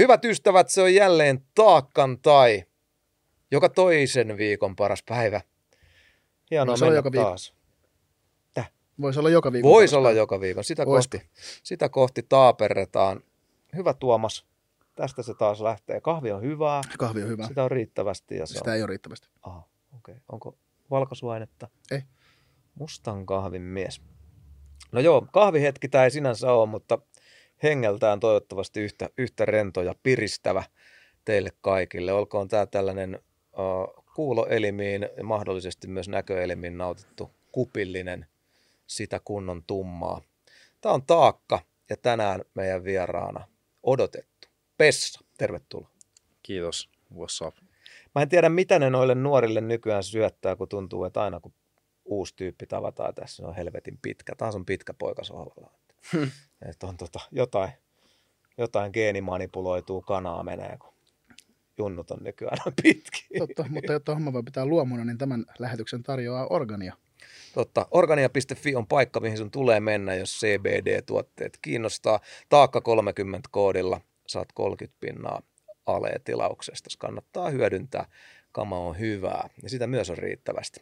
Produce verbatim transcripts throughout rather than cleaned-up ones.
Hyvät ystävät, se on jälleen Taakkan tai joka toisen viikon paras päivä. Hienoa Voisi mennä olla joka taas. Täh? Voisi olla joka viikon. Voisi olla joka viikon. Sitä kohti, sitä kohti taaperretaan. Hyvä Tuomas. Tästä se taas lähtee. Kahvi on hyvää. Kahvi on hyvää. Sitä on riittävästi. Ja se Sitä on... ei ole riittävästi. Aha, okei. Okay. Onko valkaisuainetta? Ei. Mustan kahvin mies. No joo, kahvihetki tämä ei sinänsä ole, mutta hengeltään toivottavasti yhtä, yhtä rento ja piristävä teille kaikille. Olkoon tämä tällainen uh, kuuloelimiin ja mahdollisesti myös näköelimiin nautittu kupillinen sitä kunnon tummaa. Tämä on Taakka ja tänään meidän vieraana odotettu Pessa. Tervetuloa. Kiitos. What's up? Mä en tiedä, mitä ne noille nuorille nykyään syöttää, kun tuntuu, että aina kun uusi tyyppi tavataan tässä, se on helvetin pitkä. Taas on pitkä poika sohvalla. Hmm. Että on tota, jotain, jotain geenimanipuloituu kanaa menee, kun junnut on nykyään pitkiä. Totta, mutta jotta homma voi pitää luomuna, niin tämän lähetyksen tarjoaa Organia. Totta, organia piste fi on paikka, mihin sun tulee mennä, jos C B D-tuotteet kiinnostaa. Taakka kolmekymmentä koodilla saat kolmekymmentä pinnaa alee tilauksesta. Kannattaa hyödyntää. Kama on hyvää ja sitä myös on riittävästi.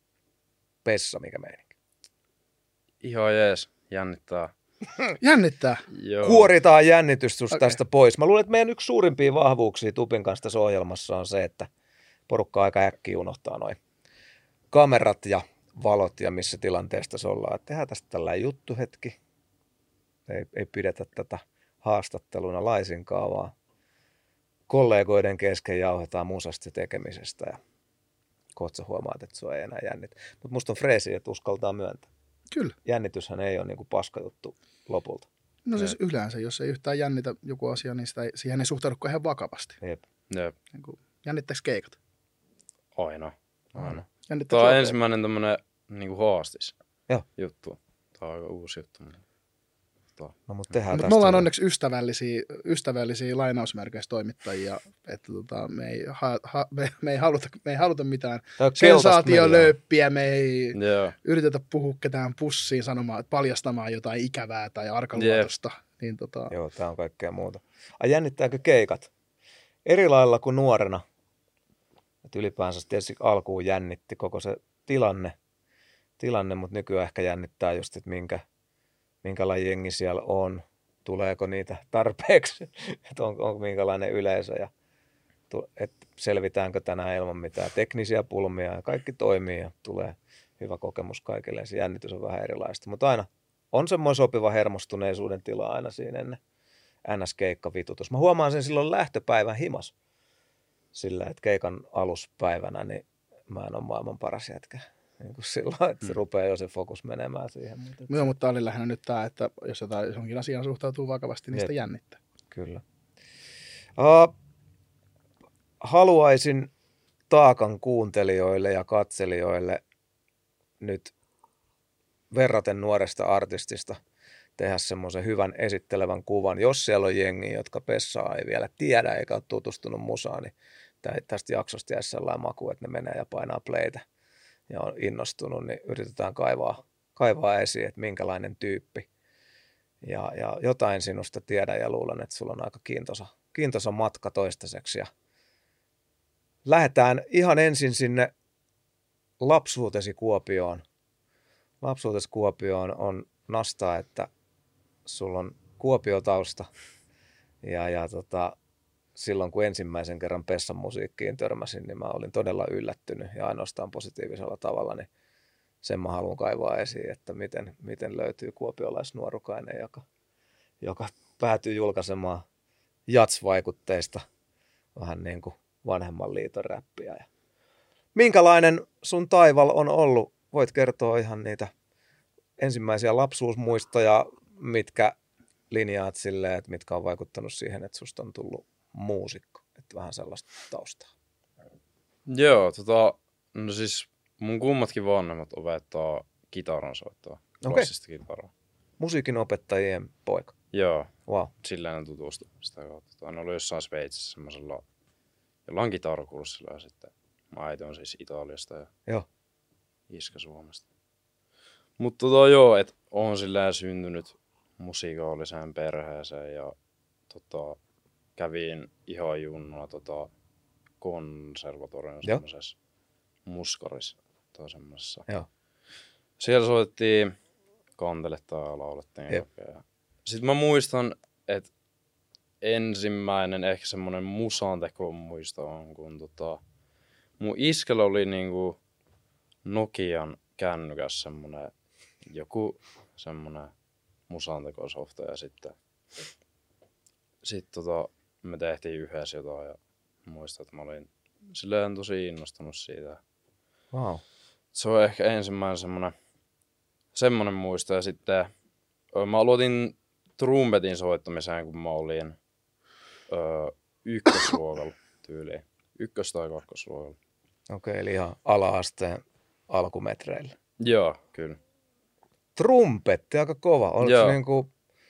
Pessa, mikä meininki? Ihan jees, jännittää. Jännittää. Joo. Kuoritaan jännitys susta Okay. tästä pois. Mä luulen, että meidän yksi suurimpia vahvuuksia Tupin kanssa tässä ohjelmassa on se, että porukka aika äkkiä unohtaa noin kamerat ja valot ja missä tilanteesta se ollaan. Että tehdään tästä tällainen juttuhetki. Ei, ei pidetä tätä haastatteluna laisinkaan, vaan kollegoiden kesken jauhetaan musasta tekemisestä ja kohta sä huomaat, että se ei enää jännitä. Mutta musta on freesi, että uskaltaa myöntää. Kyllä. Jännityshän ei ole niinku paskajuttu lopulta. No siis yleensä, jos ei yhtään jännitä joku asia, niin sitä ei, siihen ei suhtaudu ihan vakavasti. Jep. Jep. Niin kuin, jännittääkö keikat? Aina. Aina. Jännittääkö Tämä on oikein? ensimmäinen tämmönen niinku haastis Joo. juttu. Tämä on aika uusi juttu. No, mutta tehdään Mut tästä. me ollaan onneksi ystävällisiä, ystävällisiä lainausmerkeissä toimittajia, että tota, me, ei ha, ha, me, me, ei haluta, me ei haluta mitään sensaatiolööppiä, me ei Joo. yritetä puhua ketään pussiin sanomaan, paljastamaan jotain ikävää tai arkaluontoista. Niin, tota... Joo, tää on kaikkea muuta. Ai jännittääkö keikat? Eri lailla kuin nuorena. Et ylipäänsä tietysti alkuun jännitti koko se tilanne, tilanne mutta nykyään ehkä jännittää just, että minkä, minkälainen jengi siellä on. Tuleeko niitä tarpeeksi, että on, onko minkälainen yleisö ja että selvitäänkö tänään ilman mitään teknisiä pulmia ja kaikki toimii ja tulee hyvä kokemus kaikille ja se jännitys on vähän erilaista. Mutta aina on semmoinen sopiva hermostuneisuuden tila aina siinä ennen N S-keikkavitutus. Mä huomaan sen silloin lähtöpäivän himas sillä, että keikan aluspäivänä niin mä en ole maailman paras jätkä. Niin kuin silloin, että se rupeaa jo se fokus menemään siihen. Mutta Joo, mutta oli lähinnä nyt tämä, että jos jotain johonkin asiaan suhtautuu vakavasti, niin sitä jännittää. Kyllä. Uh, haluaisin Taakan kuuntelijoille ja katselijoille nyt verraten nuoresta artistista tehdä semmoisen hyvän esittelevän kuvan. Jos siellä on jengi, jotka Pessaa ei vielä tiedä eikä ole tutustunut musaan, niin tästä jaksosta jäisi sellainen maku, että ne menee ja painaa playtä ja on innostunut, niin yritetään kaivaa, kaivaa esiin, että minkälainen tyyppi. Ja, ja jotain sinusta tiedän ja luulen, että sulla on aika kiintoisa, kiintoisa matka toistaiseksi. Ja lähdetään ihan ensin sinne lapsuutesi Kuopioon. Lapsuutesi Kuopioon on nastaa, että sulla on Kuopio-tausta. Ja, ja tota, silloin kun ensimmäisen kerran Pessan musiikkiin törmäsin, niin mä olin todella yllättynyt ja ainoastaan positiivisella tavalla. Niin sen mä haluan kaivaa esiin, että miten, miten löytyy kuopiolaisnuorukainen, joka, joka päätyy julkaisemaan jats-vaikutteista vähän niin kuin vanhemman liiton räppiä. Ja minkälainen sun taival on ollut? Voit kertoa ihan niitä ensimmäisiä lapsuusmuistoja, mitkä linjaat silleen, että mitkä on vaikuttanut siihen, että susta on tullut muusikko. Että vähän sellaista taustaa. Joo, tota, no siis mun kummatkin vanhemmat opettaa kitaransoittoa, klassista okay. kitaraa. Musiikin opettajien poika. Joo, wow. Silleen on tutustu sitä kautta. Ne oli jossain Sveitsissä semmoisella jollain kitarakurssilla ja sitten mä äiti on siis Italiasta ja joo. iskä Suomesta. Mutta tota joo, että oon silleen syntynyt musiikaaliseen perheeseen ja tota, kävin ihan junnuna tota konservatorion semmoisessa muskarissa tai semmoisessa. Joo. Siellä soitettiin kanteletta ja laulettiin. Sitten mä muistan, että ensimmäinen ehkä semmonen musanteko muisto on, kun tota, mun iskällä oli niinku Nokian kännykäs semmonen joku semmonen musantekosofta ja sitten sit tota, me tehtiin yhdessä jotain ja muistan, että mä olin silleen tosi innostunut siitä. Wow. Se on ehkä ensimmäinen semmonen, semmonen muisto ja sitten mä aloitin trumpetin soittamiseen, kun mä olin öö, ykkösluokalla tyyliin. Ykkös- tai kakkosluokalla. Okei, eli ihan ala-asteen alkumetreillä. Joo, kyllä. Trumpetti, aika kova. Oliko se niinku,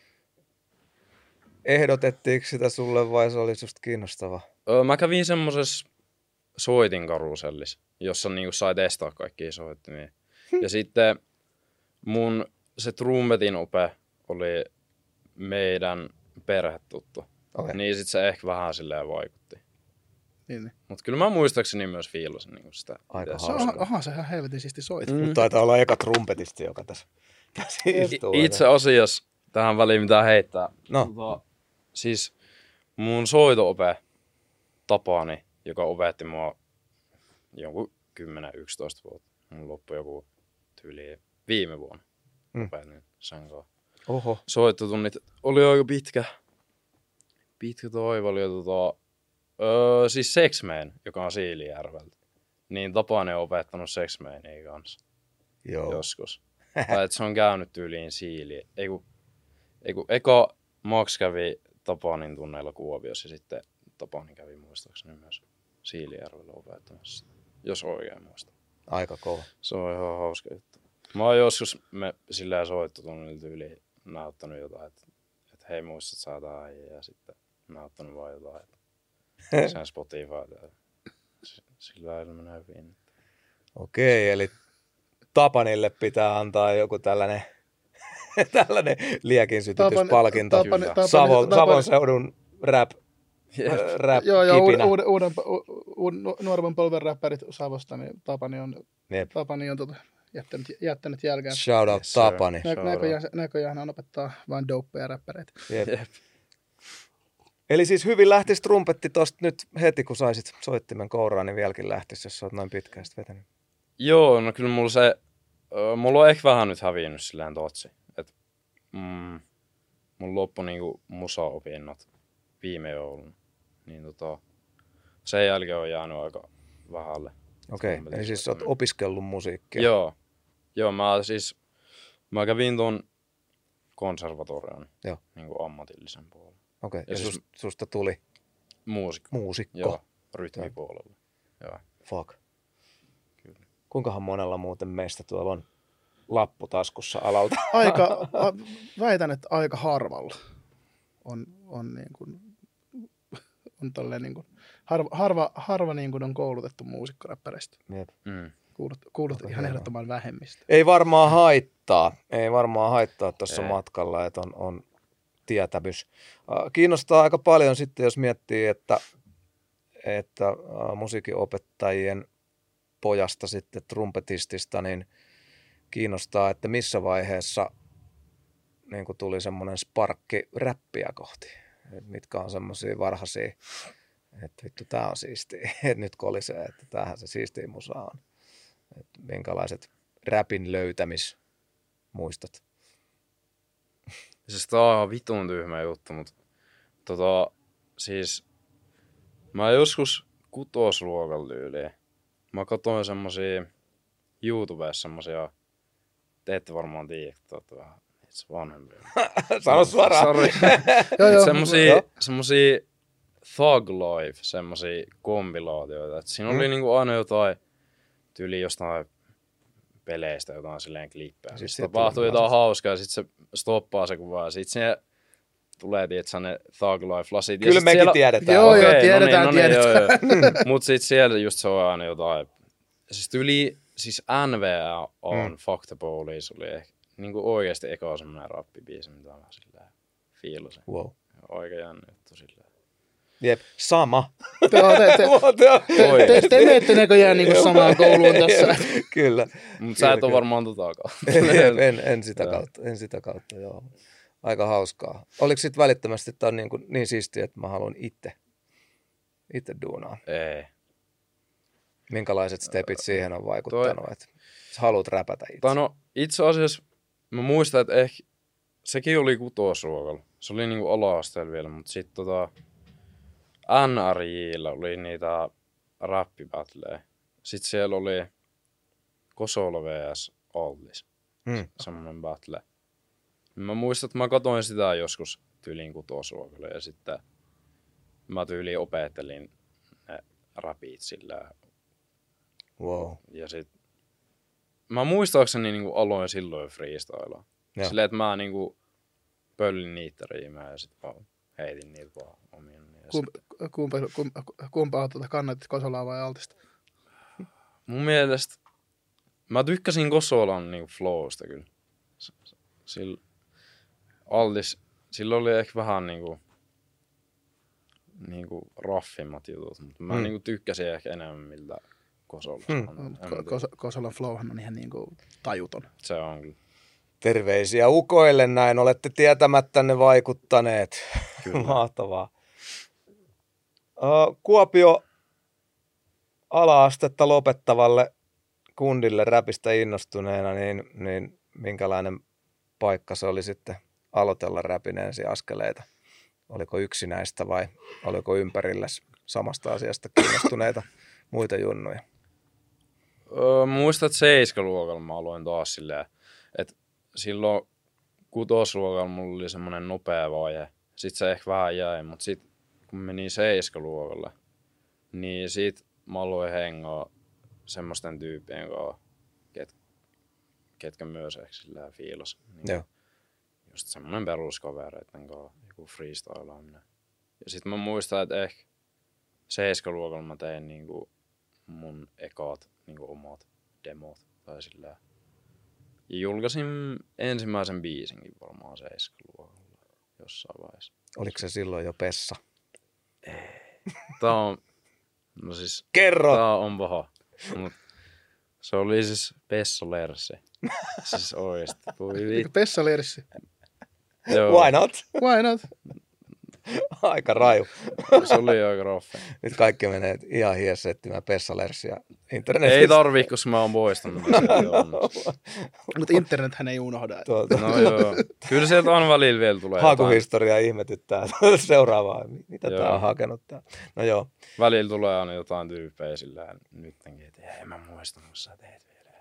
ehdotettiinko sitä sulle vai se oli susta kiinnostava? Öö, mä kävin semmosessa soitinkarusellissa, jossa niinku sai testaa kaikkia soittimia. Ja sitten mun se trumpetin ope oli meidän perhetuttu. Okay. Niin sit se ehkä vähän silleen vaikutti. Niin, niin. Mut kyllä mä muistaakseni myös fiilasin niinku sitä. Aika Se on, aha, sehän helvetin siisti soita. Mm. Taitaa olla eka trumpetisti, joka tässä, tässä istuu. Itse asiassa tähän väliin mitä heittää. No. Tota, siis mun soito-ope Tapani, joka opetti mua jonkun kymmenen yksitoista vuotta. Mun loppui joku tyyli viime vuonna. Mm. Opetin sen kanssa. Oho. Soittotunnit oli aika pitkä. Pitkä toivo oli tota, öö, siis Sexman, joka on Siilijärveltä. Niin Tapani on opettanut Sexmania kanssa. Joo. Joskus. Tai että se on käynyt tyyliin Siiliin. Eiku, eiku, eka Max kävi Tapanin tunneilla Kuopiossa ja sitten Tapani kävi muistaakseni myös Siilijärvellä opettamassa. Jos oikein muistan. Aika kova. Se on ihan hauska juttu. Mä oon joskus me silleen soittotunnilla tyyliin näyttänyt jotain, että et hei muistat sä jotain ja sitten näyttänyt vaan jotain. Sen Spotify ja sillä lailla menee hyvin. Okei, eli Tapanille pitää antaa joku tällainen, tällainen liekinsytytyspalkinto. Tapani- Tapani- Tapani- Savon, Tapani- Savon seudun rap, rap Joo, joo, kipinä. uuden, uuden, uuden, nuoremman polven räppärit Savosta, niin Tapani on, Jep. Tapani on tota, jättänyt, jättänyt jälkeen. Shout out Yes, Tapani. sir. Nä, näköjään, näköjään hän opettaa vain dopeja räppäreitä. Jep. Jep. Eli siis hyvin lähtisi trumpetti tosta nyt heti, kun saisit soittimen kouraan, niin vieläkin lähtisi, jos sä oot noin pitkään sit vetänyt. Joo, no kyllä mulla se, äh, mulla on ehkä vähän nyt hävinnyt silleen totsi. Et, mm, mulla loppui niinku musa-opinnot viime joulun. Niin tota, sen jälkeen on jäänyt aika vähälle. Okei, okay. Eli siis sä oot opiskellut musiikkia. Joo, joo mä siis, mä kävin ton konservatorion Joo. niinku ammatillisen puolella. Okei, okay. Ja ja siis- sus, susta tuli Muusikko. muusikko. Joo, rytmipuolella. Joo. Fuck. Kyllä. Kuinkahan monella muuten meistä tuolla on lappu taskussa alalta? Aika, a, väitän, että aika harvalla on, on, niin kuin, on tolleen niin kuin, harva, harva, harva niin kuin on koulutettu muusikkoräppäreistä. Jep. Mm. Kuulut, kuulut Aika ihan hienoa. ehdottoman vähemmistä. Ei varmaan haittaa. Ei varmaan haittaa tuossa Ei. matkalla, että on, on tietämys. Äh, Kiinnostaa aika paljon sitten, jos miettii, että, että äh, musiikinopettajien pojasta sitten trumpetistista, niin kiinnostaa, että missä vaiheessa niin kuin tuli semmoinen sparkki räppiä kohti. Et mitkä on semmoisia varhaisia, että vittu tää on siistiä, että nyt kolisee, että tämähän se siistiä musa on. Et minkälaiset räpin löytämismuistot? Siis tää on ihan vitun tyhmä juttu, mutta tota, siis mä joskus kutosluokalla tyyliin. Mä katsoin semmosia YouTubessa semmosia, te ette varmaan tiedä, että olette vähän itse vanhempia. Sano suoraan. Sori. Joo, joo. semmosia, Joo. semmosia Thug Life, semmosia kompilaatioita. Et siinä Mm. oli niinku aina jotain tyyli jostain peleistä jotain silleen klippejä. Siis Siis siitä tapahtuu tuli jotain vaan hauskaa ja sit se stoppaa se kuva ja sit se tulee tietysti ne Thug Life lasit. Ja Kyllä sit mekin siellä... tiedetään. Joo, Okei, joo, no tiedetään, niin, no niin, tiedetään. joo, joo. Mut sit siellä just se on aina jotain. Siis tyyli, siis N V A on Mm. Fuck the Police oli ehkä niinku oikeesti eka semmonen rappibiisi, mitä mä silleen fiilasin. Wow. Aika jännä juttu silleen. Jep, sama. Te, te, te, te, te, te menette näköjään niinku samaan kouluun tässä. Kyllä. Mutta sä et ole varmaan tota kautta. en, en, en, sitä kautta, en sitä kautta, joo. Aika hauskaa. Oliko sitten välittömästi, että on niin, kuin, niin siistiä, että mä haluan itse, itse duunaa? Ei. Minkälaiset stepit siihen on vaikuttanut, toi, että sä haluat räpätä itse? Tai no itse asiassa mä muistan, että ehkä sekin oli kutosluokalla. Se oli niinku ala-asteella vielä, mutta sitten tota N R J:llä oli niitä rappibattleja. Sitten siellä oli Kosola vs. Allis. Hmm. Semmoinen battle. Mä muistan, että mä katsoin sitä joskus tyyliin kutosluokalla ja sitten mä tyyliin opettelin ne rapit sillä. Wow. Ja sit mä muistaakseni niinku aloin silloin freestylaa. Silleen, että mä niinku pöllin niitä riimää ja sit vaan heitin niitä vaan omiin. Kumpa, kumpa, kumpa, kumpaa tuota kannatit, Kosolaa vai Altista? Mun mielestä mä tykkäsin Kosolan niinku flowsta kyllä. Sillä Altis, sillä oli ehkä vähän niinku niinku raffimmat jutut, mutta mä hmm. niinku tykkäsin ehkä enemmän miltä Kosola. Hmm. Kos- Kosolan flowhan on ihan niinku tajuton. Se on kyllä. Terveisiä ukoille, näin olette tietämättänne vaikuttaneet. Mahtavaa. Uh, Kuopio ala-astetta lopettavalle kundille räpistä innostuneena, niin, niin minkälainen paikka se oli sitten aloitella räpin ensiaskeleita? Oliko yksinäistä vai oliko ympärillä samasta asiasta kiinnostuneita muita junnuja? Öö, muistan, että seiskaluokalla mä aloin taas silleen, että silloin kutosluokalla mulla oli semmoinen nopea vaihe. Sitten se ehkä vähän jäi, mutta sitten kun menin seiskaluokalle, niin sit mä aloin hengaa semmoisten tyyppien kanssa, ket, ketkä myös ehkä silleen fiilas. Niin Joo. Just semmoinen peruskavereiden kanssa, joku freestylaaminen. Ja sit mä muistan, että ehkä seiskaluokalla mä tein niinku mun ekaat niinku omat demot tai silleen. Ja julkaisin ensimmäisen biisinkin varmaan seiskaluokalla jossain vaiheessa. Oliko se silloin jo Pessa? Ei. Tää on, no siis, Kerro! Tää on paha. Mut se oli siis Pessa Lersi. Siis oikeesti. Pessa Lersi. Why not? Why not? Aika raju. Se oli aika raffe. Nyt kaikki menee ihan hiessä etsimään Pessa Lersiä internetissä. Ei tarvii, koska mä oon poistanut. Mutta internethän ei unohda. Tuolta. No joo. Kyllä sieltä on välillä vielä tulee Hakuhistoria ihmetyttää seuraavaa. Mitä joo. Tää on hakenut tää? No joo. Välillä tulee aina jotain tyyppejä sillä nyttenkin, että ei mä muistanut, sä teet vielä.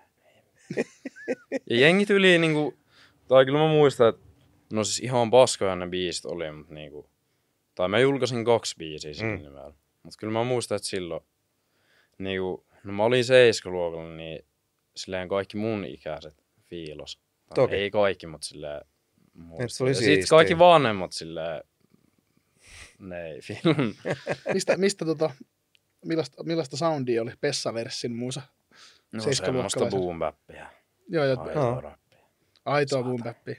Ja jengi tyyliin niinku, tai kyllä mä muistan, että no siis ihan paskoja ne biisit oli, mutta niinku, tai mä julkaisin kaksi biisiä sillä mm. nimellä. Mutta kyllä mä muistan, että silloin, niinku, no mä olin seiskaluokalla, niin silleen kaikki mun ikäiset fiilos. Toki. Ei kaikki, mutta silleen muistan. Ja sit kaikki vanhemmat silleen, ne ei fiilun. mistä, mistä tota, millaista, millaista soundia oli Pessa-verssin musa? No semmoista boom-bäppiä. Joo, joo. Aitoa räppiä. Aitoa boom-bäppiä.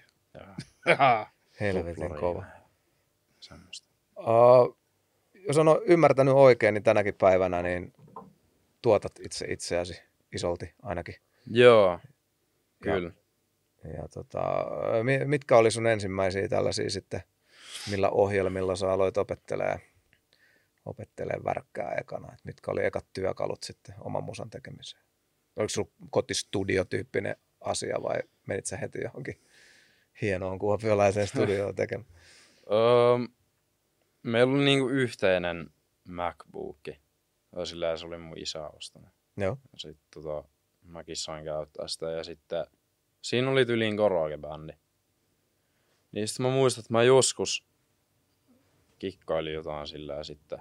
Helvetin kova. Semmoista. Uh, jos on ymmärtänyt oikein, niin tänäkin päivänä niin tuotat itse itseäsi isolti ainakin. Joo, kyllä. Ja, ja tota, mitkä oli sun ensimmäisiä tällaisia sitten, millä ohjelmilla sä aloit opettelee, opettelee värkkää ekana? Et mitkä oli ekat työkalut sitten oman musan tekemiseen? Oliko sulla kotistudiotyyppinen asia vai menit sä heti johonkin hienoon kuopiolaiseen studioon tekemään? Öö, meillä oli niinku yhteinen MacBook. Sillä se oli mun isä ostanut. Joo. Sitten tota, mäkin sain käyttää sitä ja sitten siinä oli tyliin karaoke-bändi. Niin sitten mä muistan, että mä joskus kikkailin jotain sillä ja sitten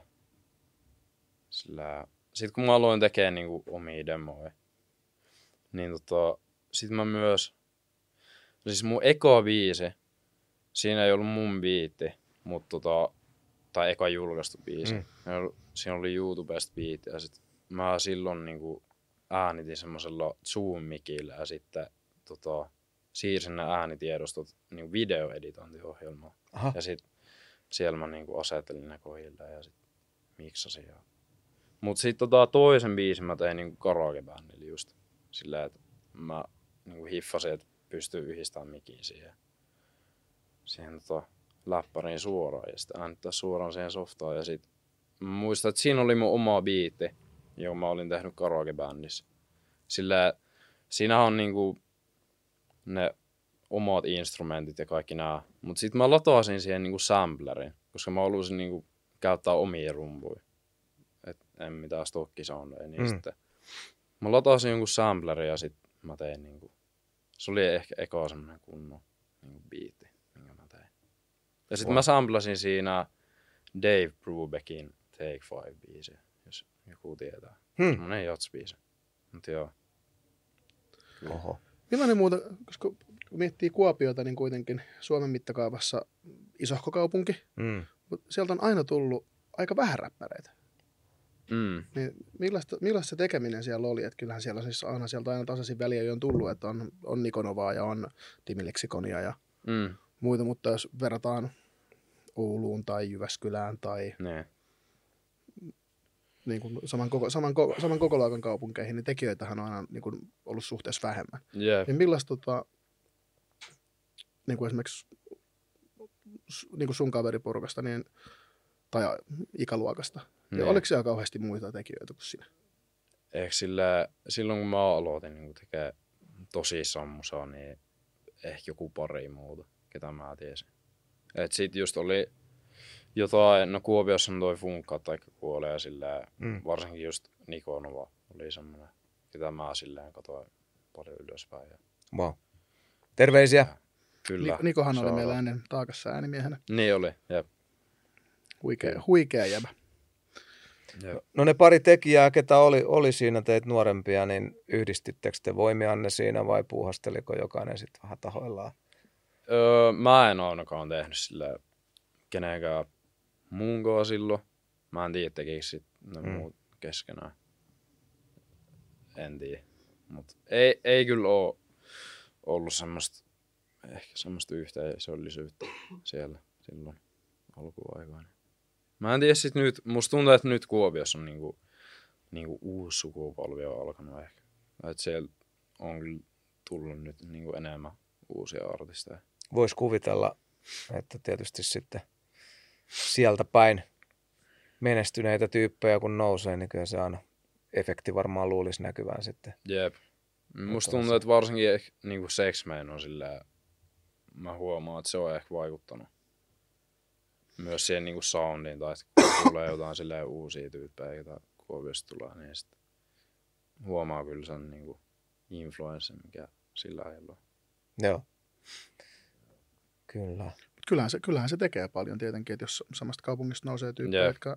sillä sitten kun mä aloin tekemään niinku omia demoja, niin tota, sitten mä myös, siis mun eka biisi, siinä ei ollut mun biitti, mutta tota, tai eka julkaistu biisi. Mm. Siinä oli YouTubesta biitti ja sit mä silloin niinku äänitin semmosella Zoom-mikillä ja sitten tota, siirsin ne äänitiedostot niinku videoeditointiohjelmaan. Aha. Ja sit siellä mä niinku asetelin ne kohdille ja sit miksasin. Ja... Mut sit tota toisen biisin mä tein niinku karaokebändillä just. Silleen, että mä niinku hiffasin, että pystyy yhdistämään mikin siihen. Siihen tota läppäriin suoraan ja sitten äänittää suoraan siihen softaan. Ja sit mä muistan, että siinä oli mun oma biitti, jonka mä olin tehnyt karaokebändissä. Sillä siinä on niinku ne omat instrumentit ja kaikki nää. Mut sit mä latasin siihen niinku samplerin, koska mä halusin niinku käyttää omia rumpuja. Et en mitään stokkisoundeja, niin mm. sitten mä latasin jonkun samplerin ja sit mä tein niinku, se oli ehkä eka semmonen kunnon niinku biitti, minkä mä tein. Ja sit wow. mä samplasin siinä Dave Brubeckin Take Five biisiä, jos joku tietää. Hmm. Semmonen jatsbiisi. Mut joo. Oho. Millainen muuta, koska kun miettii Kuopiota, niin kuitenkin Suomen mittakaavassa isohko kaupunki, mm. mutta sieltä on aina tullut aika vähän räppäreitä. Mm. Niin millaista, millaista se tekeminen siellä oli? Että kyllähän siellä siis aina sieltä aina tasaisin väliä on tullut, että on, on Nikonovaa ja on Timilexikonia ja mm. muita, mutta jos verrataan Ouluun tai Jyväskylään tai ne. Niin kuin saman, koko, saman, saman kokoluokan kaupunkeihin, niin tekijöitähän on aina niin kuin ollut suhteessa vähemmän. Yeah. Niin millaista tota, niin kuin esimerkiksi niin kuin sun kaveriporukasta niin, tai ikäluokasta, niin oliko siellä kauheasti muita tekijöitä kuin sinä? Ehkä sillä, silloin kun mä aloitin niin tekemään tosissaan musaa, niin ehkä joku pari muuta, ketä mä tiesin. Et sit just oli jotain, no Kuopiossa on toi Funkka tai kuolee ja sillä mm. varsinkin just Nikonova oli semmoinen, ketä mä silleen katoin paljon ylöspäin. Ja... Wow. Terveisiä. Ja, kyllä. Nikohan oli meillä ennen Taakassa äänimiehenä. Niin oli, jep. Huikea, huikea jäbä. No, no ne pari tekijää, ketä oli, oli siinä teitä nuorempia, niin yhdistittekö te voimianne siinä vai puuhasteliko jokainen sitten vähän tahoillaan? Öö, mä en ainakaan tehnyt sillä kenenkään muunkaan silloin. Mä en tiedä, tekikö sit ne mm. muut keskenään. En tiedä. Mut ei, ei kyllä oo ollut semmoista, ehkä semmoista yhteisöllisyyttä siellä silloin alkuaikoina. Mä en tiedä sit nyt, musta tuntuu, että nyt Kuopiossa on niinku, niinku uusi sukupolvi on alkanut ehkä. Että siellä on kyllä tullut nyt niinku enemmän uusia artisteja. Vois kuvitella, että tietysti sitten sieltä päin menestyneitä tyyppejä kun nousee, niin kyllä se aina efekti varmaan luulisi näkyvään sitten. Jep. Musta tuntuu, että varsinkin ehkä niinku Sex-Man on silleen, mä huomaan, että se on ehkä vaikuttanut myös siihen niinku soundiin, tai kun tulee jotain silleen uusia tyyppejä, joita Kuopiosta tulee, niin sitten huomaa kyllä sen niinku influenssin, mikä sillä ajalla on. Joo. Kyllä. Kyllähän se, kyllähän se tekee paljon tietenkin, että jos samasta kaupungista nousee tyyppejä, jotka,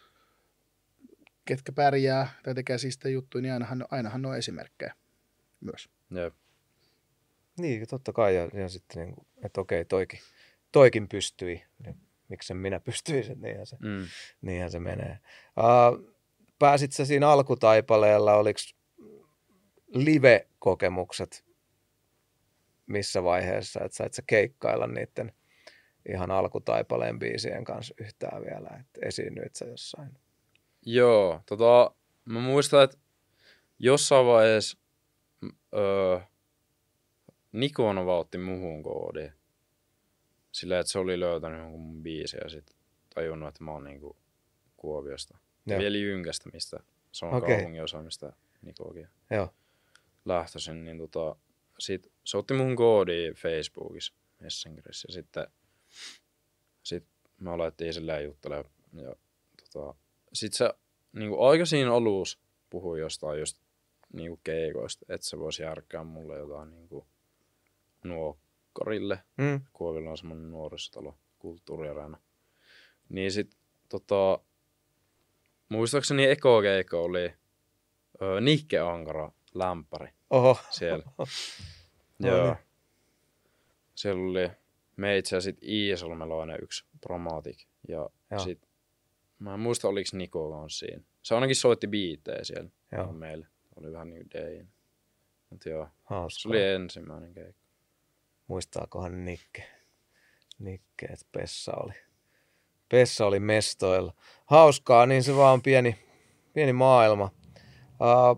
ketkä pärjää tai tekee siistejä juttuja, niin ainahan, ainahan ne on esimerkkejä myös. Jep. Niin, totta kai. Ja, ja sitten, niin kuin, että okei, toikin, toikin pystyi. Niin, miksen minä pystyisin, niinhän se, mm. niinhän se menee. Uh, pääsit sä siinä alkutaipaleella, oliko live-kokemukset missä vaiheessa, että sait sä keikkailla niiden ihan alkutaipaleen biisien kanssa yhtään vielä, että esiinnyit sä jossain? Joo, tota, mä muistan, että jossain vaiheessa öö, Nikonova otti muhun koodiin. Silleen, että se oli löytänyt jonkun mun biisin ja sit tajunnut, että mä oon niinku Kuopiosta. Ja vielä Jynkästä, mistä se on okay. Kaupungin osa, mistä Nikokin lähtöisin, niin tota, sit se otti mun koodiin Facebookissa, Messengerissä, ja sitten sit me alettiin silleen juttelemaan. Ja tota, sit se niinku aika siinä alussa puhui jostain just niinku keikoista, että se voisi järkkää mulle jotain niinku nuokkarille. Mm. Kuopilla on semmonen nuorisotalo, kulttuuriareena. Niin sit tota, muistaakseni eka keikka oli ö, Nikke Ankara lämpäri. Oho. Siellä. Joo. Niin. Siellä oli meitsä ja sit Iisalmelainen yksi Promatic. Ja Joo. sit, mä en muista oliks Niko kanssa siinä. Se ainakin soitti biittejä siellä Joo. meille. Oli vähän niin kuin Dayin. Mut joo. Hauska. Se oli ensimmäinen keikka. Muistaakohan Nikke? Nikke, että Pessa oli Pessa oli mestoilla. Hauskaa, niin se vaan on pieni, pieni maailma. Uh,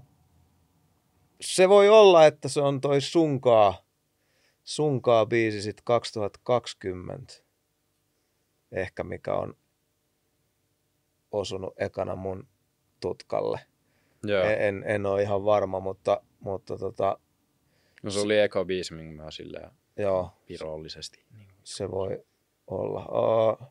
se voi olla, että se on toi Sunkaa, Sunkaa biisi sit kaksituhattakaksikymmentä. Ehkä mikä on osunut ekana mun tutkalle. Joo. En, en ole ihan varma, mutta, mutta tota, no se oli eka biisi, minkä mä silleen joo, virallisesti. Se voi olla. Uh,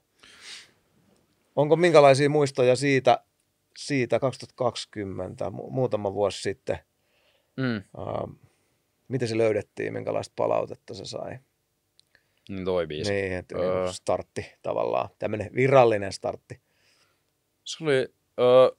onko minkälaisia muistoja siitä, siitä kaksituhattakaksikymmentä, mu- muutama vuosi sitten? Mm. Uh, miten se löydettiin, minkälaista palautetta se sai? Niin toi biisi. Niin, että öö. startti tavallaan, tämmöinen virallinen startti. Se oli, öö,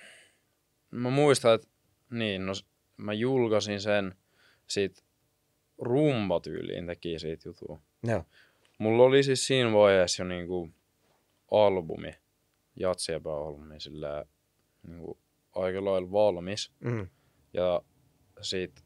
mä muistan, että niin, no, mä julkaisin sen, sit rumbatyyliin teki siitä jutua. Joo. Mulla oli siis siinä vaiheessa jo niinku albumi, Jatsiepä-albumi, sillä niinku aika lailla valmis. Mm. Ja sit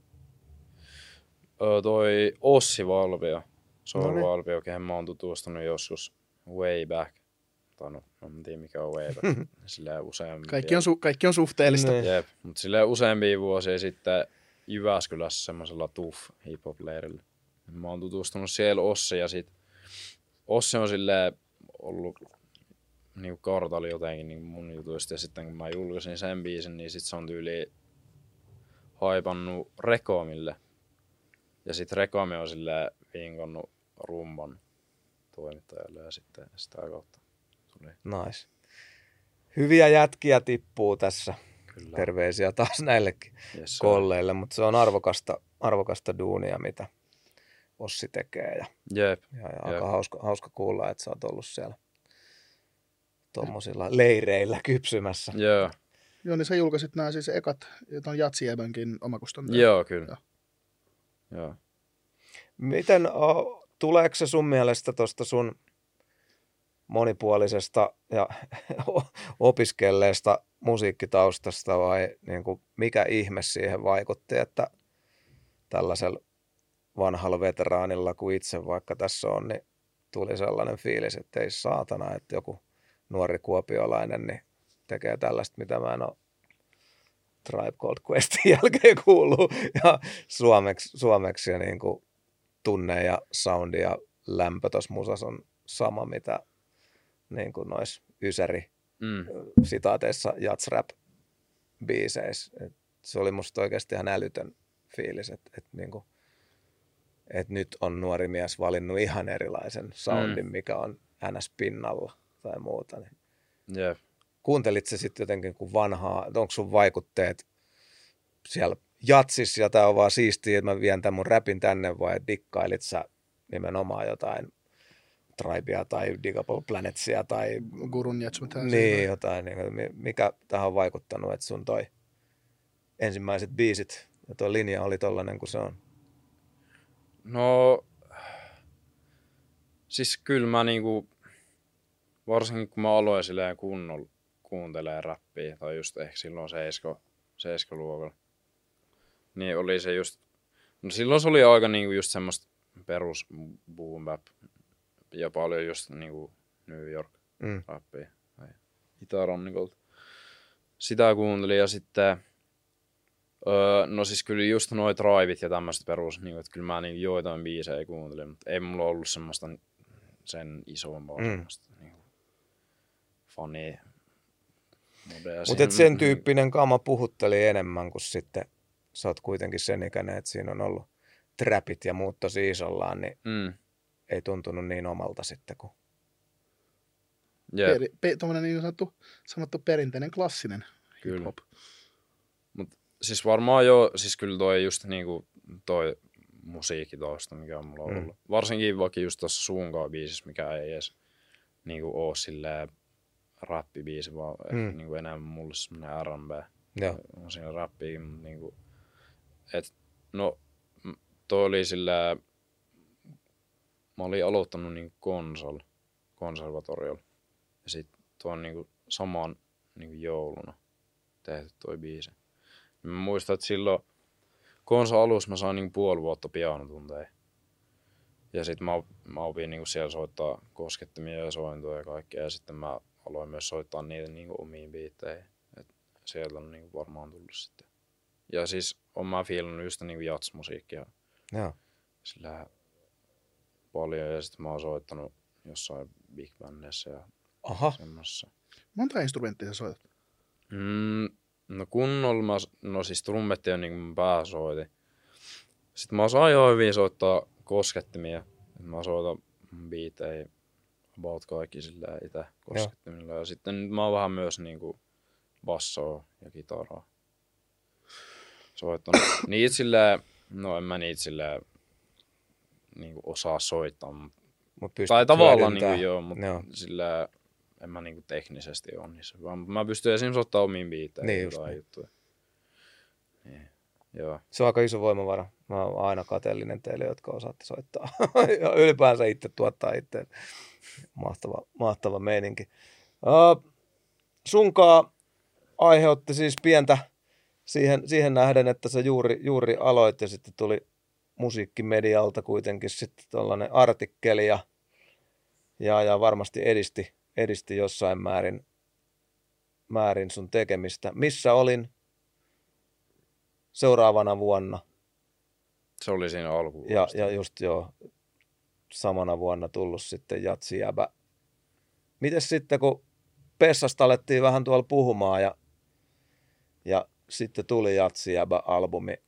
öö, toi Ossi Valvio, Soul-Valvio, kehen mä oon tutustunut joskus way back. Tai no, en tiedä mikä on way back. Silleen useampia. Kaikki on, su- kaikki on suhteellista. Ne. Jep, mutta silleen useampia vuosia sitten Jyväskylässä semmoisella tuff hip-hop-leirillä. Mä oon tutustunut siellä Ossi ja sit Ossi on silleen ollut niinku kartalla jotenkin niin mun jutuista ja sitten kun mä julkaisin sen biisin, niin sit se on tyyli haipannut Rekomille. Ja sit Rekome on silleen vinkannut rumban toimittajalle ja sitten sitä kautta tuli. Nice. Hyviä jätkiä tippuu tässä. Kyllä. Terveisiä taas näillekin Yes, kolleille, mutta se on arvokasta, arvokasta duunia, mitä Ossi tekee. Ja, Jep. ja, ja aika hauska, hauska kuulla, että sä oot ollut siellä tuommoisilla leireillä kypsymässä. Joo. Joo, niin sä julkaisit nämä siis ekat, ton Jatsiebänkin omakustantaja. Joo, kyllä. Joo. Joo. Miten, o, tuleeko se sun mielestä tuosta sun monipuolisesta ja opiskelleesta musiikkitaustasta vai niin kuin, mikä ihme siihen vaikutti, että tällaisella vanhalla veteraanilla kuin itse vaikka tässä on, niin tuli sellainen fiilis, että ei saatana, että joku nuori kuopiolainen niin tekee tällaista, mitä mä en ole Tribe Called Questin jälkeen kuullut ja suomeksi, suomeksi ja niin kuin tunne ja soundi ja lämpö tuossa musassa on sama, mitä niin kuin noissa ysäri Mm. sitaateissa jatsrap biiseissä. Et se oli musta oikeasti ihan älytön fiilis, että et niinku, et nyt on nuori mies valinnut ihan erilaisen soundin, mm. mikä on ns. Pinnalla tai muuta. Niin Jep. kuuntelit sä sitten jotenkin kuin vanhaa, onko sun vaikutteet siellä jatsissa ja tää on vaan siistiä, että mä vien tämän mun räpin tänne vai dikkailit sä nimenomaan jotain Tribea tai Digable Planetsia tai Gurun Judgment. niin, jotain, niin, mikä tähän on vaikuttanut, että sun toi ensimmäiset biisit ja tuo linja oli tollainen kuin se on? No, siis kyllä mä niinku, varsinkin kun mä aloin silleen kunnolla kuuntelee räppiä, tai just ehkä silloin seisko, seiskaluokalla, niin oli se just, no silloin se oli aika niinku just semmoista perus boom bap, ja paljon just niinku New York Mm. rappia, tai Itä-rannikolta. Sitä kuuntelin ja sitten, öö, no siis kyllä just noi Tribeit ja tämmöiset perus, niinku, että kyllä mä niinku joitain biisejä kuuntelin, mutta ei mulla ollut semmoista sen isompaa Mm. semmoista niinku fania. Mutta sen tyyppinen kama puhutteli enemmän kuin sitten, sä oot kuitenkin sen ikäinen, että siinä on ollut trapit ja muut tosi isollaan, niin Mm. ei tuntunut niin omalta sitten kuin. Jep. Peri, pe, tommonen niin sanottu, sanottu perinteinen klassinen Kyllä. hip-hop. Mut siis varmaan joo, siis kyllä toi just niinku toi musiikkitausta, mikä on mulla ollut. Mm. Varsinkin vaikka just tossa Suunkaan biisissä, mikä ei edes niinku oo silleen rappibiisi, vaan Mm. ehkä niinku enemmän mulle semmonen R and B. Joo. On siinä rappiin, mutta niinku, et no m- toi oli silleen, mä olin aloittanut niinku konsol, konservatoriolla. Ja sit tuo on niinku saman niinku jouluna tehty toi biisi. Mä muistan, että silloin konsa alussa mä sain niinku puoli vuotta pianotunteja. Ja sitten mä, mä opin niinku siellä soittaa koskettimia ja sointuja ja kaikkea. Ja sitten mä aloin myös soittaa niitä niinku omiin biitteihin. Et sieltä on niinku varmaan tullut sitten. Ja siis on mä fiilannut just niinku jatsmusiikkia. Joo. Sillä paljon. Ja sitten mä oon soittanut jossain big bandissa ja Aha. semmoisessa. Monta instrumenttia sä soitat? Mm, no kunnolla mä, no siis trummetti on niinku mun pääsoiti. Sitten mä osaan ihan hyvin soittaa koskettimia. Mä soitan biitejä about kaikki sillä itse koskettimilla. Ja sitten mä oon vähän myös niinku bassoa ja kitaraa soittanut. Niitä silleen, no en mä niitä silleen niinku osaa soittaa. Mut tai tavallaan niinku joo, mutta no. silleen en mä niinku teknisesti ole niissä. Vaan mä pystyn esimerkiksi soittamaan omiin biitejä niin jotain niin. juttuja. Niin. Joo. Se on aika iso voimavara. Mä oon aina kateellinen teille, jotka osaatte soittaa. Ja ylipäänsä itse tuottaa itse. Mahtava, mahtava meininki. Uh, sunkaa aiheutti siis pientä siihen, siihen nähden, että sä juuri, juuri aloit ja sitten tuli musiikkimedialta kuitenkin sitten tollainen artikkeli ja, ja, ja varmasti edisti, edisti jossain määrin, määrin sun tekemistä. Missä olin seuraavana vuonna? Se oli siinä alkuvuodesta. Ja, ja just joo, samana vuonna tullut sitten Jatsijäbä. Mites sitten, kun Pessasta alettiin vähän tuolla puhumaan ja, ja sitten tuli Jatsijäbä-albumi,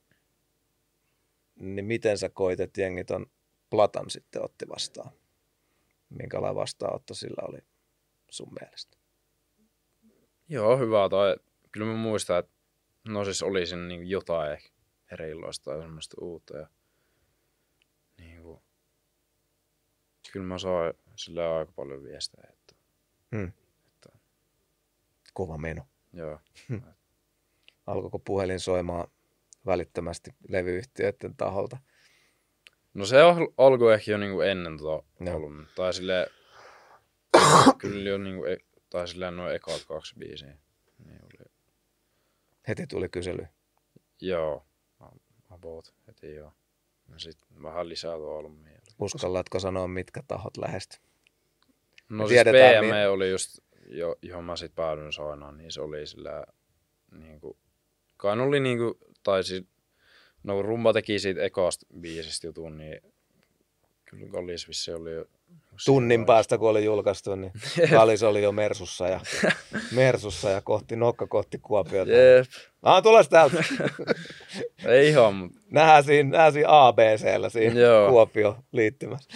niin miten sä koit, että jengi ton platan sitten otti vastaan? Minkälainen vastaanotto sillä oli sun mielestä? Joo, hyvä. Tai kyllä mä muistan, että no siis oli siinä niin jotain ehkä erilaista tai semmoista uutta. Ja niin kuin, kyllä mä sain sillä aika paljon viestejä. Että, hmm. että, Kova meno. Joo. Hmm. Alkoiko puhelin soimaan välittömästi levyyhtiöiden taholta? No se alkoi ehkä jo niinku ennen tota albumia. Tai silleen, kyllä jo niinku, tai silleen noin ekat kaksi biisiä. Niin oli. Heti tuli kysely. Joo, about heti joo. Ja sit vähän lisää tuo albumia. Uskallatko sanoa, mitkä tahot lähesty? No me siis P M mi... oli just, jo, johon mä sit päädyin soinaan, niin se oli sillä niinku, kai oli niinku, tai siis, no kun Rumba teki siitä ekasta biisistä jutun, niin kyllä Kallis vissi oli jo... Tunnin vai... päästä, kun oli julkaistu, niin Kallis oli jo Mersussa ja, Mersussa ja kohti, nokka kohti Kuopiota. Jep. Ah, tules täältä. Ei ihan, mutta... Nähdään siinä, nähdään siinä A B C:llä siinä Joo. Kuopio liittymässä.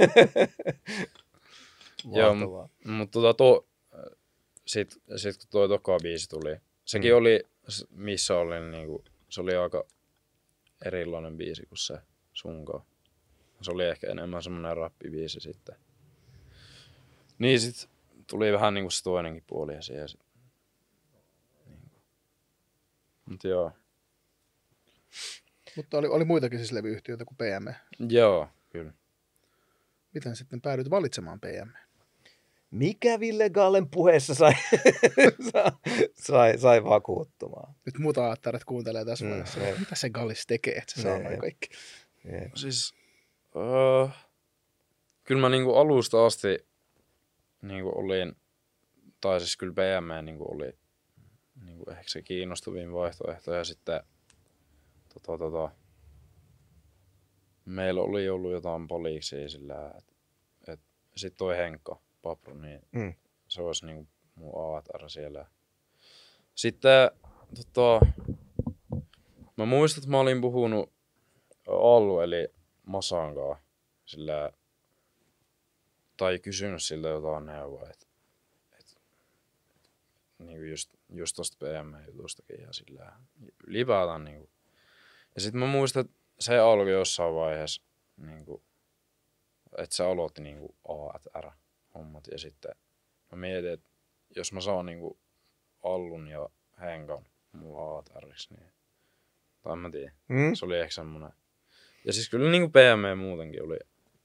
Joo, mutta tota to... Sitten sit, kun tuo toka biisi tuli, sekin mm. oli, missä oli, niinku, se oli aika erilainen biisi kuin se sunko. Se oli ehkä enemmän semmoinen rappibiisi sitten. Niin sit tuli vähän niinku se toinenkin puoli siihen. Niinku. Mut joo. Mutta oli, oli muitakin siis levyyhtiöitä kuin P M E. Joo, kyllä. Miten sitten päädyit valitsemaan P M E? Mikä Ville Gallen puheessa sai, sai, sai vakuuttumaan? Nyt muuta aatteret kuuntelee tässä mm, vaiheessa. Ne. Mitä se Gallis tekee, että se saa noin kaikki? Ne. Siis, uh, kyllä mä niinku alusta asti niinku olin, tai siis kyllä P M E niinku oli niinku ehkä se kiinnostavin vaihtoehto. Ja sitten tota, tota, meillä oli ollut jotain poliiksia sillä, että et, sitten toi Henkka Papru, niin mm. se olisi niinku mun A T R siellä. Sitten tota, mä muistan, että mä olin puhunut Allu eli Masan kanssa sillä, tai kysynyt siltä jotain neuvoa, että et, niinku just, just tosta P M E-jutustakin ja sillä ylipäätään niinku. Ja sitten mä muistan, että se alkoi jossain vaiheessa, niinku, että se aloitti niinku A T R hommat ja sitten mä mietin, että jos mä saan niinku Allun ja Henkan mun A T R:ksi, niin tai en mä tiedä. Mm. Se oli ehkä semmonen. Ja siis kyllä niinku P M E muutenkin oli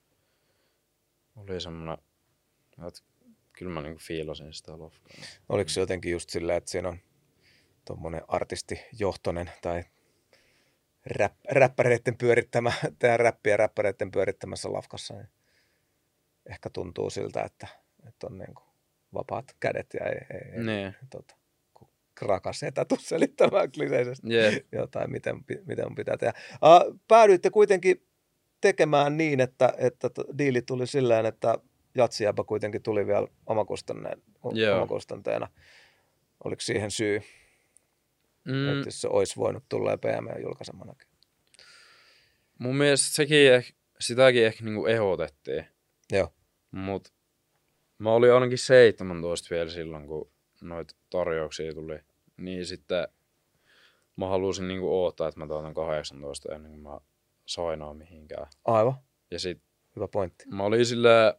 oli semmonen, että kyllä mä niinku fiilasin sitä lofkaa. Oliko se jotenkin just sillä, että siinä on tommonen artistijohtoinen tai rap, räppäreiden pyörittämä, tehdä räppiä räppäreiden pyörittämässä lafkassa, niin ehkä tuntuu siltä, että, että on niin kuin vapaat kädet ja ei, ei, Nee. ei tota, rakas etä tuu selittämään kliseisesti yeah. jotain, miten, miten pitää tehdä. Uh, päädyitte kuitenkin tekemään niin, että, että diili tuli silleen, että Jatsijäbä kuitenkin tuli vielä omakustanteena. Oliko siihen syy? Mm. Että jos se olisi voinut tulla P M julkaisemanakin. Mun mielestä sekin ehkä, sitäkin ehkä niinku ehdotettiin. Joo. Mut mä olin ainakin seitsemäntoista vielä silloin, kun noita tarjouksia tuli. Niin sitten mä halusin niinku odottaa, että mä täytän kahdeksantoista ennen kuin mä sainaan mihinkään. Aivan. Ja sit hyvä pointti. Mä olin silleen,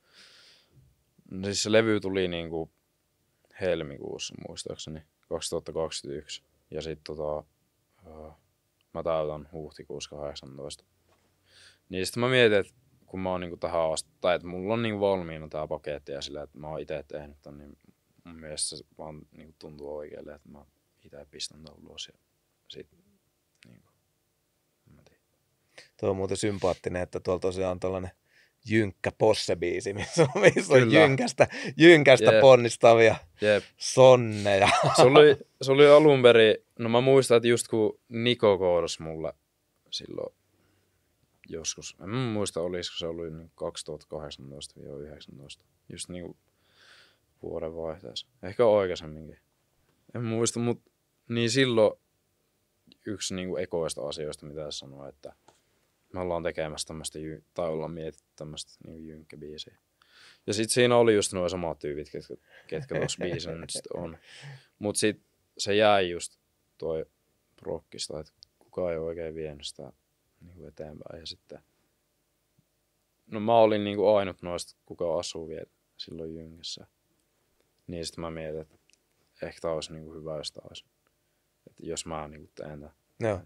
siis se levy tuli niinku helmikuussa muistaakseni kaksituhattakaksikymmentäyksi. Ja sit tota, uh, mä täytän huhtikuussa kahdeksantoista. Niin sit mä mietin, että kun mä oon niinku tähän asti, tai että mulla on niinku valmiina tää paketti ja sillä, että mä oon ite tehnyt ton, niin mun mielestä se vaan niinku tuntuu oikealle, että mä ite pistän ton ulos ja sit niinku, mä tiedän. Tuo on muuten sympaattinen, että tuolla tosiaan on tällainen jynkkä posse-biisi, missä on, missä on jynkästä, jynkästä yep. ponnistavia yep. sonneja. Se oli, se oli alun perin, no mä muistan, että just kun Niko koodasi mulle silloin joskus, en muista olisiko se ollut niin kaksituhattakahdeksantoista yhdeksäntoista, just niin vuoden vaihteessa, ehkä aikaisemminkin. En muista, mutta niin silloin yksi niin kuin ekoista asioista, mitä sanoo, että me ollaan tekemässä tämmöistä, tai ollaan mietitty tämmöistä niin jynkkäbiisiä. Ja sit siinä oli just nuo samat tyypit, ketkä, ketkä tuossa biisin nyt sit on. Mut sit se jäi just toi prokkista, että kukaan ei oikein vienyt sitä niin eteenpäin. Ja sitten, no mä olin niin kuin ainut noista, kuka asuu vielä silloin Jyngessä. Niin sit mä mietin, että ehkä tää olisi niin kuin hyvä, jos tää olisi. Että jos mä niin kuin teen tää. Joo.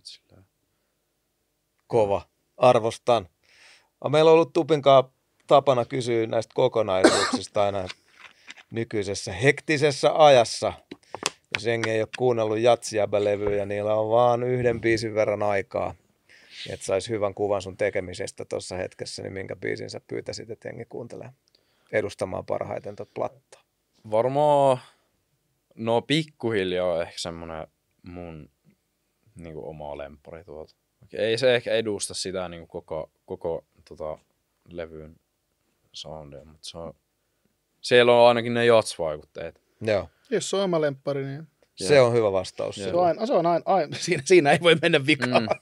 Kova. Arvostan. Meillä on ollut Tupinkaan tapana kysyä näistä kokonaisuuksista aina nykyisessä hektisessä ajassa. Jos jengi ei ole kuunnellut Jatsijäbä-levyjä, niillä on vaan yhden biisin verran aikaa. Että sais hyvän kuvan sun tekemisestä tuossa hetkessä, niin minkä biisin sä pyytäisit, että jengi kuuntelee edustamaan parhaiten tuota plattaa? Varmaan, no pikkuhiljaa on ehkä semmonen mun niin kuin oma lemppari tuolta. Ei se ehkä edusta sitä niin kuin koko, koko tota, levyn soundia, mutta se on, siellä on ainakin ne jats-vaikutteet. Joo. Jos se on oma lemppari, niin... Se yeah. on hyvä vastaus. Se on aina, se on aina, aina siinä, siinä ei voi mennä vikaan. Mm.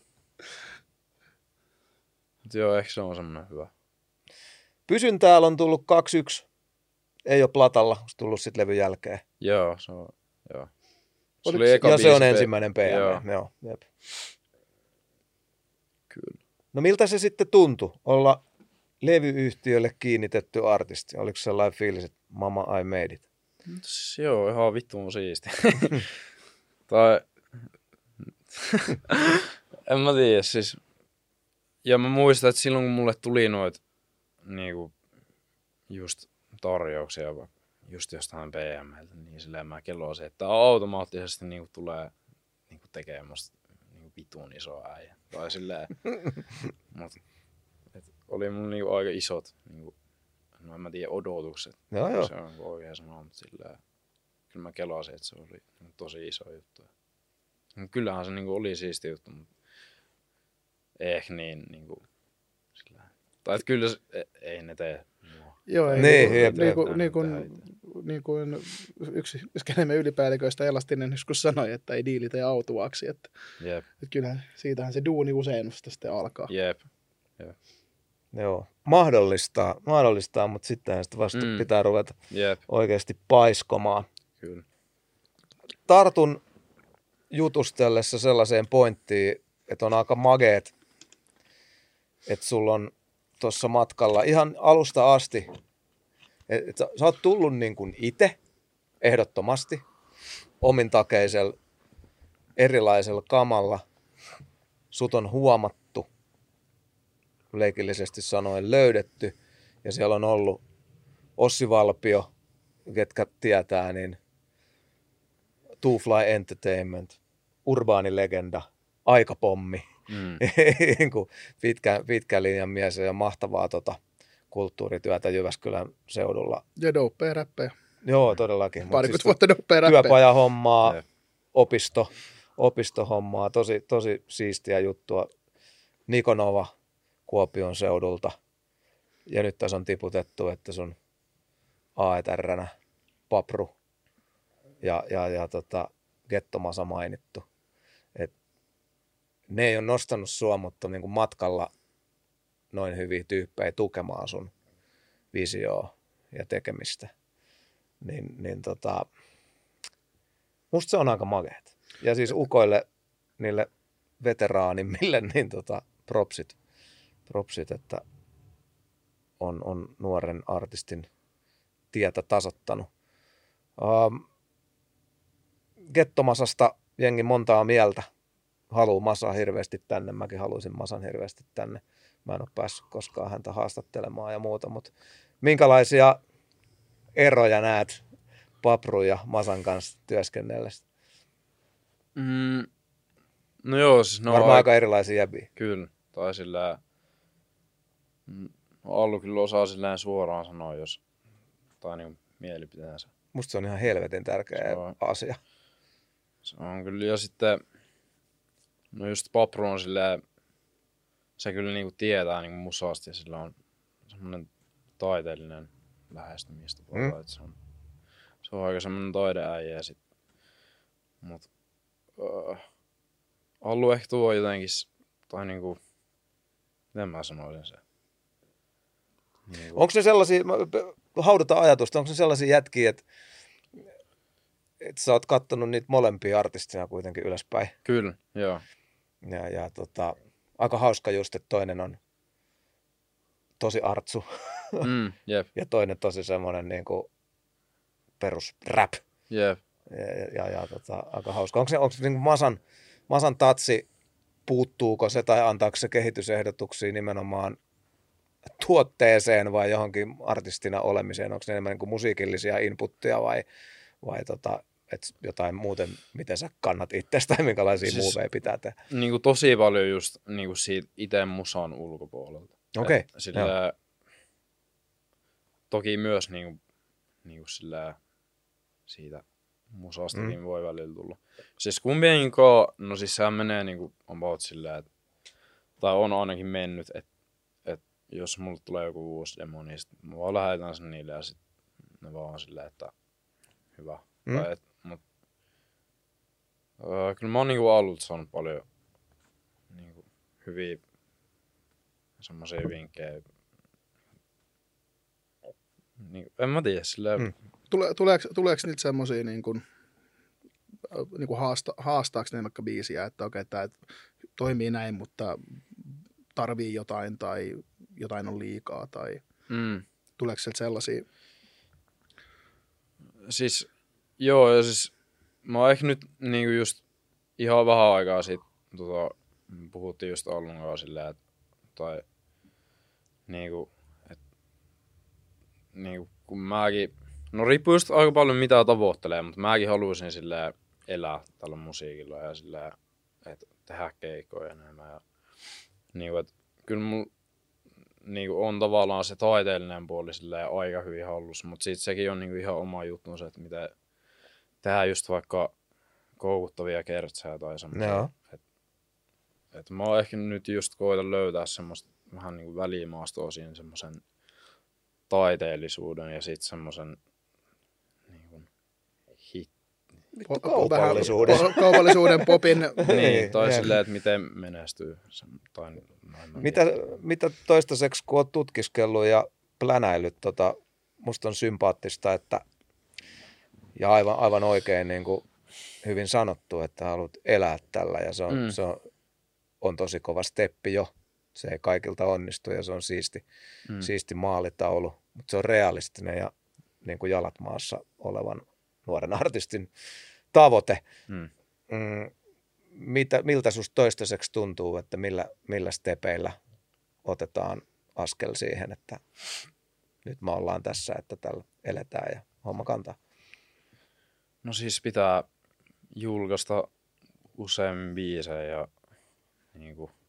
Joo, ehkä se on semmoinen hyvä. Pysyn täällä on tullut kaksi yksi. Ei ole platalla, se tullut sitten levyn jälkeen. Joo, se on, joo. Se oli eka ja se on ensimmäinen P M. Joo. Joo, jep. Kyllä. No miltä se sitten tuntui olla levyyhtiölle kiinnitetty artisti? Oliko sellainen fiilis, että mama I made it? Joo, ihan vittuun siisti. tai... en mä tiedä, siis... Ja mä muistan, että silloin kun mulle tuli noit niinku just tarjouksia just jostain P M:ltä, niin silleen mä kelloisin, että automaattisesti niinku tulee niinku tekemään musta niinku vitun iso äijä. Tai silleen, mut et oli mun niinku aika isot, niinku, no en mä tiedä, odotukset. Joo, joo. Se on oikein sanoa, mutta silleen, kyllä mä kelaisin, että se oli niinku tosi iso juttu. Mut kyllähän se niinku oli siisti juttu, mutta ehkä niin niinku sillä. Tai että kyllä se, ei ne tee mua. Joo, ei. Niin, niin, niin, kuin, niin, kuin, niin kuin yksi skenemme ylipäälliköistä Elastinen joskus sanoi, että ei diili tee autuaaksi. Että, Jep. että kyllähän siitähän se duuni usein sitten alkaa. Jep. Jep. Joo, mahdollistaa, mahdollistaa, mutta sittenhän sitä vasta mm. pitää ruveta Jep. oikeasti paiskomaan. Kyllä. Tartun jutustellessa sellaiseen pointtiin, että on aika mageet, että sulla on tuossa matkalla ihan alusta asti, että sä oot tullut niin kuin itse ehdottomasti omintakeisella erilaisella kamalla, sut on huomattu, leikillisesti sanoen löydetty, ja siellä on ollut Ossi Valpio, ketkä tietää, niin Two Fly Entertainment, urbaani legenda, Aikapommi, Mm. niin kuin pitkän, pitkän linjan mies ja mahtavaa tota, kulttuurityötä Jyväskylän seudulla. Ja dopea räppejä. Joo, todellakin. Parikymmentä siis vuotta dopea räppejä. Työpajahommaa, Jep. opisto, opistohommaa, tosi, tosi siistiä juttua. Nikonova Kuopion seudulta. Ja nyt tässä on tiputettu, että sun A E T R:nä Papru ja, ja, ja tota, Gettomasa mainittu. Et ne ei ole nostanut sua, mutta niin kuin matkalla noin hyviä tyyppejä tukemaan sun visioa ja tekemistä. Niin, niin tota, musta se on aika makeet. Ja siis ukoille, niille veteraanimmille, niin tota, propsit, propsit, että on, on nuoren artistin tietä tasoittanut. Um, Gettomasasta jengi montaa mieltä. Haluu Masaa hirveästi tänne. Mäkin haluaisin Masan hirveästi tänne. Mä en ole päässyt koskaan häntä haastattelemaan ja muuta, mutta minkälaisia eroja näet Papru ja Masan kanssa työskennellessä? Mm, no joo, siis no varmaan aika erilaisia jäbiä. Kyllä, tai sillä Allu kyllä osaa silleen suoraan sanoa, jos tai niin mielipiteensä. Musta se on ihan helvetin tärkeä Se on- asia. Se on kyllä, ja sitten no just Papru on silleen, se kyllä niinku tietää niinku musasta ja sillä on semmoinen taiteellinen lähestymistapa. Mm. Mm. Se on, se on aika semmoinen taideäijä sit. Mut uh, Allu ehkä tuo jotenkin, s- tai niinku, miten mä sanoisin sen? Niinku, Onko ne sellaisia, mä- haudutaan ajatusta, onko ne sellaisia jätkiä, että, että sä oot kattonut niitä molempia artisteja kuitenkin ylöspäin. Kyllä, joo. Ja, ja tota, aika hauska just, että toinen on tosi artsu Mm, jep, ja toinen tosi semmoinen niin kuin perus rap. jep. Ja, ja, ja tota, aika hauska. Onko se, onko se niin kuin Masan, Masan tatsi, puuttuuko se tai antaako se kehitysehdotuksia nimenomaan tuotteeseen vai johonkin artistina olemiseen? Onko ne enemmän niin kuin musiikillisia inputteja vai, vai tota, et jotain muuten, miten sä kannat itsestä tai minkälaisia Siis- siis... muuveja pitää tehdä? Niinku tosi paljon just niinku siitä ite musan ulkopuolelta. Okei, Et Sillä toki myös niinku, niinku sillä siitä musastakin Mm. mm. voi välillä tulla. Siis kumpienkaan, no siis sehän menee niinku about silleen, että tai on ainakin mennyt, että et jos mulle tulee joku uusi demo, niin sit mä vaan lähetän sen niille ja sit ne vaan on silleen, että hyvä. Mm. Mm. Tai et, mut, öö, kyllä mä oon niinku alusta saanut paljon niinku hyviä semmosia vinkkejä. Niin, en mä tiedä, silleen, Mm. mm. Tule, tuleeko, tuleeko niitä semmoisia niin kuin, niin kuin haasta, haastaako ne vaikka biisiä, että okei, tämä toimii näin, mutta tarvii jotain tai jotain on liikaa tai mm. tuleeko sieltä sellaisia? Siis, joo, ja siis mä oon ehkä nyt niinku just ihan vähän aikaa sitten, tota, puhuttiin just Allun kanssa silleen, että tai niinku, et, niinku, kun mäkin, no riippuu just aika paljon mitä tavoittelee, mutta mäkin haluaisin silleen elää tällä musiikilla ja silleen, että tehdä keikkoja enemmän ja niinku, että kyllä mulla niinku on tavallaan se taiteellinen puoli silleen aika hyvin hallussa, mutta sitten sekin on niinku ihan oma juttunsa, että miten tehdään just vaikka koukuttavia kertsejä tai semmoisia. Joo. Et, et mä oon ehkä nyt just koitan löytää semmoista vähän niinku välimaastoa siinä semmoisen taiteellisuuden ja sitten semmoisen niinku hit. Vittu Po- kaupallisuuden. vähän po- kaupallisuuden popin. Niin, tai jep. silleen, että miten menestyy. Se, tai, no, en mä Mitä, tiedä. mitä toistaiseksi, kun olet tutkiskellut ja plänäillyt, tota, musta on sympaattista, että ja aivan, aivan oikein niin kuin hyvin sanottu, että haluat elää tällä ja se on, Mm. mm. se on, on tosi kova steppi jo. Se ei kaikilta onnistu ja se on siisti, Mm. mm. siisti maalitaulu, mutta se on realistinen ja niin kuin jalat maassa olevan nuoren artistin tavoite. Mm. Mm, mitä, miltä susta toistaiseksi tuntuu, että millä, millä stepeillä otetaan askel siihen, että nyt me ollaan tässä, että tällä eletään ja homma kantaa? No siis pitää julkaista useammin biisejä ja niinku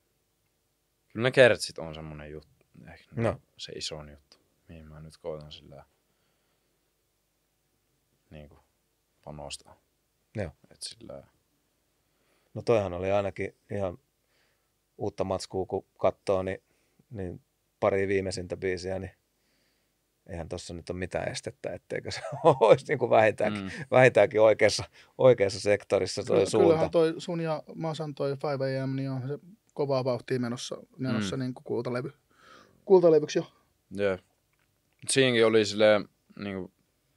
kyllä ne kertsit on semmonen juttu, ehkä no. se isoin juttu, mihin mä nyt koitan sillä niinku panostaa. Joo. Et sillä... No toihan oli ainakin ihan uutta matskua, kun katsoo, niin, niin pari viimeisintä biisiä, niin eihän tossa nyt ole mitään estettä, etteikö se olisi niin kuin vähintäänkin, mm. vähintäänkin oikeassa, oikeassa sektorissa toi Kyllä, suunta. Kyllähän toi sun ja Masan toi viisi A M, niin on se kovaa vauhtia menossa, menossa mm. niin kuin kultalevy, kultalevyksi jo. Joo. Siinäkin oli silleen, niin kuin,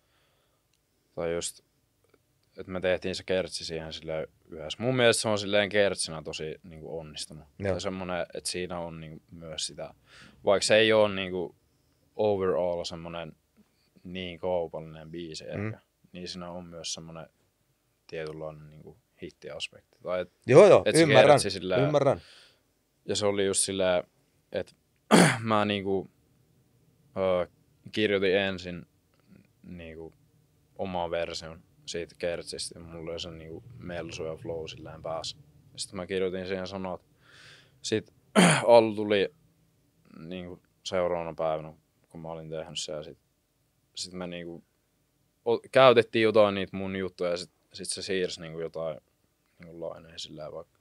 tai just, että me tehtiin se kertsi siihen silleen yhdessä. Mun mielestä se on silleen kertsinä tosi niin kuin onnistunut. Joo. Ja semmoinen, että siinä on niin kuin, myös sitä, vaikka se ei ole niin kuin, overall semmoinen niin kaupallinen biisi mm. ehkä, niin siinä on myös semmoinen tietynlainen niin kuin hittiaspekti. Tai et, joo, joo, et ymmärrän, silleen, ymmärrän. Ja se oli just silleen, että mä niinku ö, kirjoitin ensin niinku oman version siitä kertsistä, ja mulla oli se niinku melsu ja flow silleen päässä. Sitten mä kirjoitin siihen sanat. Sitten Allu tuli niinku seuraavana päivänä, kun mä olin tehnyt sen, ja sit, sit me niinku o, käytettiin jotain niitä mun juttuja, ja sit, sit se siirsi niinku jotain niinku laineja silleen vaikka.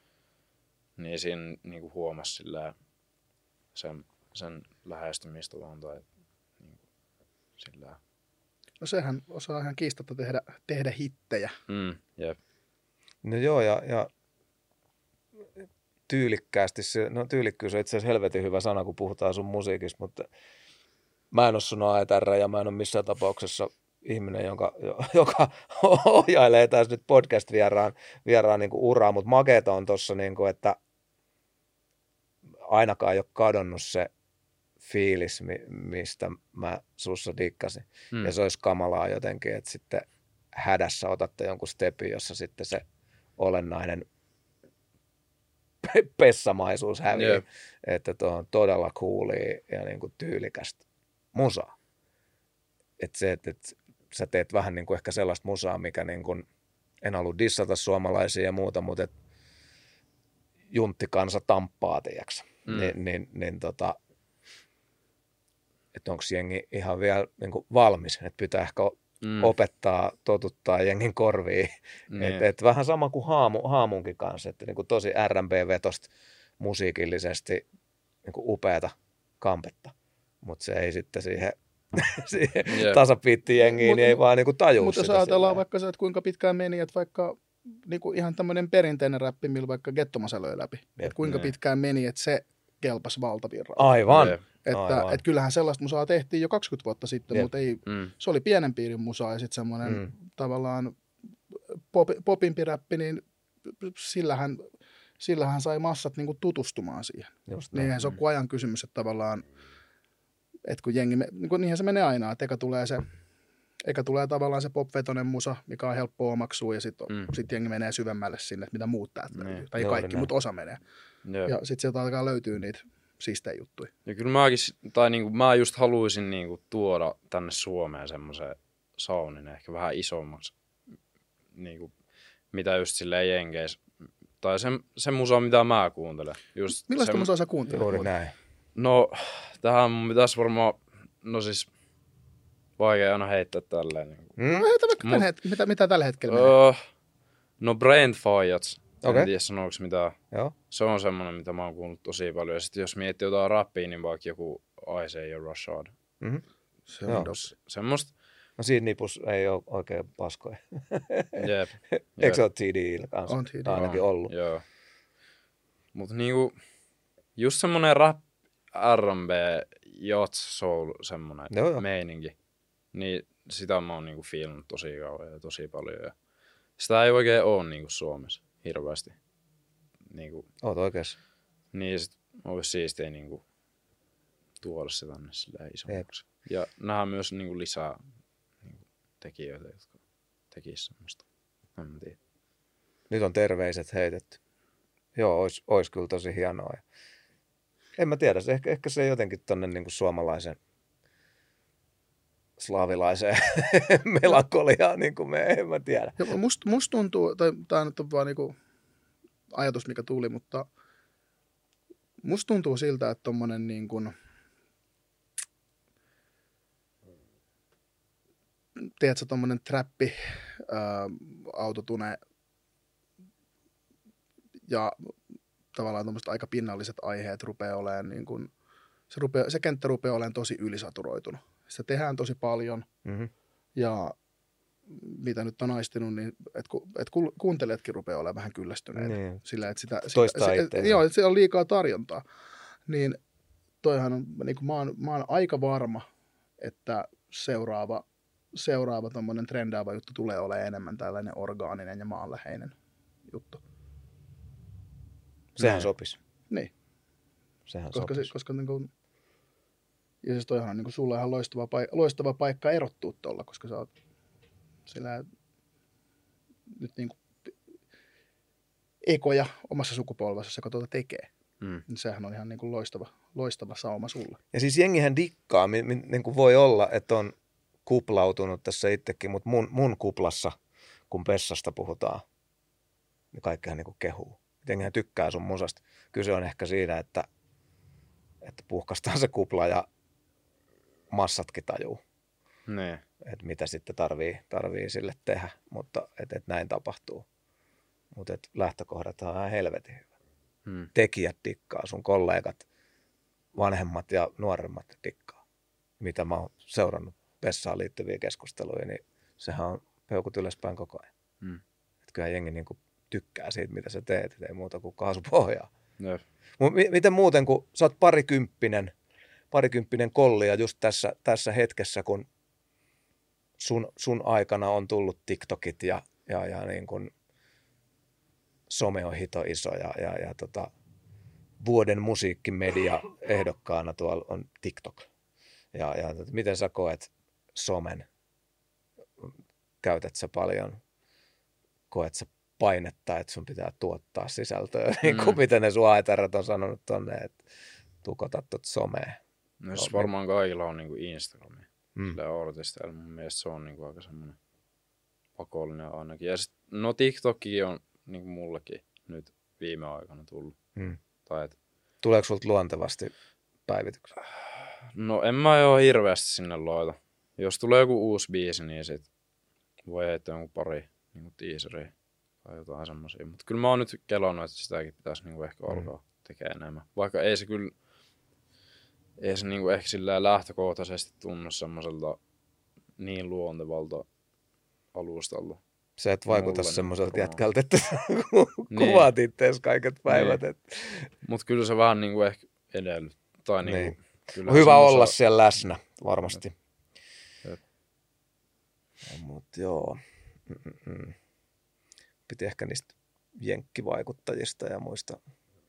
Niin siinä niinku huomasi silleen sen, sen lähestymistavan tai niinku silleen. No sehän osaa ihan kiistatta tehdä, tehdä hittejä. Mm, jep. No joo, ja, ja tyylikkäästi, se, no tyylikkyys on itse asiassa helvetin hyvä sana, kun puhutaan sun musiikista, mutta mä en ole sun A E T R ja mä en ole missään tapauksessa ihminen, jonka, joka ohjailee tässä nyt podcast-vieraan vieraan niin kuin uraa, mutta makeeta on tossa, niin kuin, että ainakaan ei ole kadonnut se fiilis, mistä mä sussa dikkasin. Hmm. Ja se olisi kamalaa jotenkin, että sitten hädässä otatte jonkun stepin, jossa sitten se olennainen pessamaisuus hävii. Yeah. Että tuo on todella coolia ja niin kuin tyylikästä musaa. Että se, että et, sä teet vähän niin kuin ehkä sellaista musaa, mikä niin kuin, en halua dissata suomalaisia ja muuta, mutta et junttikansa tamppaa, tiiäksä. Mm. Ni, niin, niin tota, että onko jengi ihan vielä niin kuin valmis, että pitää ehkä mm. opettaa, totuttaa jengin korviin. Mm. Että et vähän sama kuin haamu, haamunkin kanssa, että niin kuin tosi R and B-vetosta musiikillisesti niin kuin upeata kampetta, mutta se ei sitten siihen, siihen yeah. tasapiittijengiin, niin ei vaan niin kuin tajua mutta sitä. Mutta jos ajatellaan vaikka se, että kuinka pitkään meni, että vaikka niin kuin ihan tämmöinen perinteinen räppi, millä vaikka Gettomasa löi läpi, yep. että kuinka yeah. pitkään meni, että se kelpasi valtavirralla. Aivan. Yeah. Että, Aivan. että kyllähän sellaista musaa tehtiin jo kaksikymmentä vuotta sitten, yep. mutta ei, mm. se oli pienen piirin musaa ja sitten semmoinen mm. tavallaan pop, popimpi räppi, niin sillähän, sillähän sai massat niin kuin tutustumaan siihen. Niinhän se on kuin ajan kysymys, että tavallaan, että kun jengi, niin kuin, niinhän se menee aina, että eka tulee se, eka tulee tavallaan se popvetonen musa, mikä on helppoa omaksua ja sitten mm. sit jengi menee syvemmälle sinne, että mitä muut täältä löytyy. Tai kaikki, mutta osa menee. Jep. Ja sitten sieltä alkaa löytyä niitä siistejä juttuja. Ja kyllä mäkin, tai niinku, mä just haluaisin niinku tuoda tänne Suomeen semmoisen saunin ehkä vähän isommaksi, niinku, mitä just silleen jenkeissä, tai se, se musa, mitä mä kuuntelen. Just millaista se, musaa sä kuuntelet? Juuri näin. No, tähän mun pitäisi varmaan, no siis, vaikea aina heittää tälleen. Niin mm. No heitä vaikka Mut, het- mitä, mitä tällä hetkellä menee? Uh, no Brain Fajats. Okay. En tiedä sanooko mitään. Joo. Se on semmoinen, mitä mä oon kuullut tosi paljon. Ja sitten jos miettii jotain rappia, niin vaikka joku Isaiah ja Rashad. Mm-hmm. Se on dos, semmoista. No siinä nipus ei ole oikein paskoja. Jep. Eikö se ole T D I:llä kanssa? On T D ainakin ollut. Joo. Mutta niinku, just semmoinen rap, R and B, jats, soul, semmoinen joo, meininki. Niin sitä mä oon niinku fiilannut tosi kauan ja tosi paljon. Ja sitä ei oikein oo niinku Suomessa hirveästi. Niinku, oot oikeassa. Niin sit olisi siistiä niinku tuoda se tänne silleen isommaksi. Ja nähdä myös niinku lisää niinku tekijöitä, jotka tekis semmoista. En tiedä. Nyt on terveiset heitetty. Joo, ois, ois kyllä tosi hienoa. En mä tiedä, se ehkä, ehkä se jotenkin tonne niinku suomalaisen slaavilaiseen melankoliaan, niin kuin me, en mä tiedä. Musta must tuntuu, tai tämä nyt on vaan niinku ajatus, mikä tuli, mutta musta tuntuu siltä, että tommonen niin kuin, tiedätkö, tommonen trappi, ää, autotune ja tavallaan tommoset aika pinnalliset aiheet rupeaa olemaan niin kuin, se, rupeaa, se kenttä rupeaa olemaan tosi ylisaturoitunut. Sitä tehdään tosi paljon Mm-hmm. ja mitä nyt on aistinut, niin että ku, et ku, kuuntelijatkin rupeaa olemaan vähän kyllästyneitä. Niin. Sillä, että sitä, Toistaa sitä, itteensä. joo, että siellä on liikaa tarjontaa. Niin toihan on, niin kuin mä, oon, mä oon aika varma, että seuraava, seuraava tommonen trendaava juttu tulee olemaan enemmän tällainen orgaaninen ja maanläheinen juttu. Sehän Niin. sopisi. Niin, Sehän koska, se, sopisi. koska niin kuin, ja siis toihan on niin kuin sulle ihan loistava, paik- loistava paikka erottua tuolla, koska sä oot sillä nyt niin kuin ekoja omassa sukupolvessa, joka tuota tekee. Mm. Niin sehän on ihan niin kuin loistava, loistava sauma sulle. Ja siis jengihän dikkaa, mi, mi, niin kuin voi olla, että on kuplautunut tässä itsekin, mutta mun, mun kuplassa, kun Pessasta puhutaan, niin kaikkihan niin kuin kehuu. Jengihän tykkää sun musasta. Kyse on ehkä siinä, että, että puhkastaan se kupla ja massatkin tajuu, Niin. että mitä sitten tarvii, tarvii sille tehdä, mutta että et näin tapahtuu. Mutta lähtökohdat on ihan helvetin hyvä. Mm. Tekijät dikkaa, sun kollegat, vanhemmat ja nuoremmat dikkaa. Mitä mä oon seurannut Pessaan liittyviä keskusteluja, niin sehän on peukut ylöspäin koko ajan. Mm. Että kyllähän jengi niinku tykkää siitä, mitä sä teet, et ei muuta kuin kaasupohjaa. Jep. Mut mi- miten muuten, kun sä oot parikymppinen, parikymppinen kolli ja just tässä, tässä hetkessä, kun sun, sun aikana on tullut TikTokit ja, ja, ja niin kun some on hito iso ja, ja, ja tota, vuoden musiikkimedia ehdokkaana tuolla on TikTok. Ja, ja tota, miten sä koet somen? Käytät sä paljon? Koet sä painetta, että sun pitää tuottaa sisältöä? Niin kuin Mm. miten ne sun aitarat on sanonut tonne, että tukotat tot someen. No, siis No, varmaan kaikilla on niinku Instagrami. Mm. Sillä artisteilla mun mielestä se on niinku aika semmoinen pakollinen ainakin. Ja sit, no TikTokki on niinku mullekin nyt viime aikana tullut. Mm. Tai et, Tuleeko sulta luontevasti päivityksiä? no en mä oo hirveästi sinne loita. Jos tulee joku uusi biisi, niin sit voi heittää jonkun pari niinku teaseria tai jotain semmosia. Mutta kyllä mä oon nyt kelannut, että sitäkin pitäisi niinku ehkä alkaa mm. tekemään enemmän. Vaikka ei se kyllä, ei se niinku ehkä silleen lähtökohtaisesti tunnu semmoiselta niin luontevalta alustalta. Sä et vaikuta Mulle semmoiselta niin jätkältä, että Niin. kuvaat ittees kaiket päivät. Niin. Et... Mut kyllä se vähän niinku ehkä edellyt. Tai niinku, Niin. kyllä On hyvä semmosa- olla siellä läsnä, varmasti. Jep. Mutta joo. Mm-mm. Piti ehkä niistä jenkkivaikuttajista ja muista.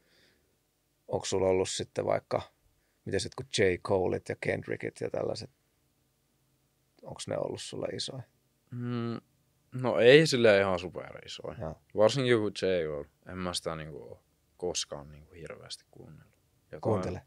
Onko sulla ollut sitten vaikka, miten sitten kun J. Coleit ja Kendrickit ja tällaiset, onko ne ollut sulla isoja? Mm, no ei silleen ihan superisoja. Joo. Varsinkin joku J. Cole. En mä sitä niinku oo koskaan niinku hirveästi kuunnellut. Jotain- Kuuntele.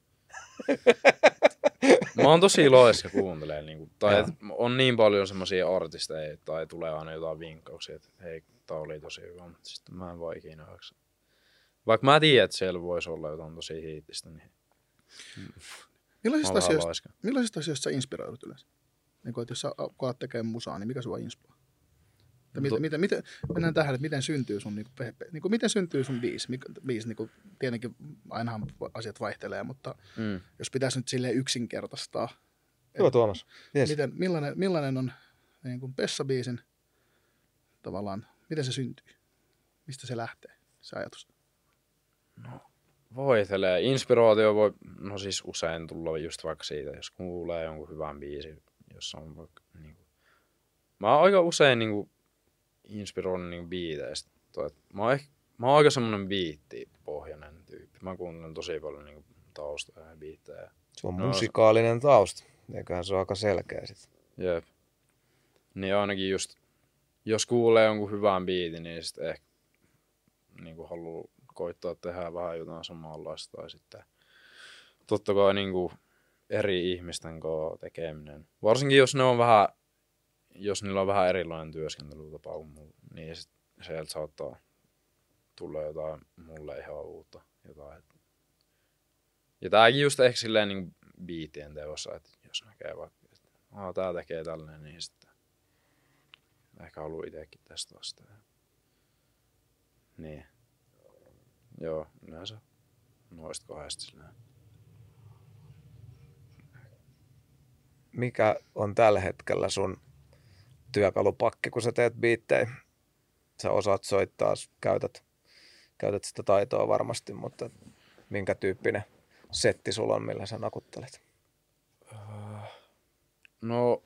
Mä oon tosi iloissa kuuntelee. Niinku, tai Joo. et on niin paljon semmosia artisteja, tai tulee aina jotain vinkkauksia, että hei, tää oli tosi hyvä, mutta sitten mä en vaan ikinä jaksa. Vaikka mä tiedän, että siellä voisi olla jotain tosi hiittistä, niin mä Millaisista oon vähän asioista, laiska. millaisista asioista sä inspiroidut yleensä? Niin kuin, että jos sä alat tekemään musaa, niin mikä sua inspaa? Tai miten, To- miten, miten, mennään tähän, että miten syntyy sun, niin kuin, niin kuin, miten syntyy sun biisi? Mikä, biisi niin kuin, tietenkin ainahan asiat vaihtelee, mutta Mm. jos pitäisi nyt silleen yksinkertaistaa, Joo, Tuomas. Yes. miten, millainen, millainen on niin kuin Pessa-biisin tavallaan, miten se syntyy? Mistä se lähtee, se ajatus? Vaihtelee. Inspiraatio voi, no siis usein tulla just vaikka siitä, jos kuulee jonkun hyvän biisin, jossa on vaikka niinku... Mä oon aika usein niinku inspiroinut niinku biiteistä. Toi, et Mä oon, ehkä, mä oon aika semmonen biittipohjainen tyyppi. Mä kuuntelen tosi paljon niinku taustoja ja biittejä. Se on No, musikaalinen tausta. Eiköhän se ole aika selkeä sitten. Jep. Niin ainakin just, jos kuulee jonkun hyvän biitin, niin sitten ehkä niinku haluu koittaa tehdä vähän jotain samanlaista. Tai sitten totta kai niinku eri ihmisten kanssa tekeminen. Varsinkin jos ne on vähän, jos niillä on vähän erilainen työskentelytapa kuin mulla, niin sit sieltä saattaa tulla jotain mulle ihan uutta. Jotain, et Ja tääkin just ehkä silleen niin biitien teossa, että jos näkee vaikka, että aah, tää tekee tälleen, niin sitten ehkä haluaa itsekin testaa sitä. Niin. Joo, yleensä noista kahdesta silleen. Mikä on tällä hetkellä sun työkalupakki, kun sä teet biittejä? Sä osaat soittaa, käytät, käytät sitä taitoa varmasti, mutta minkä tyyppinen setti sulla on, millä sä nakuttelet? No,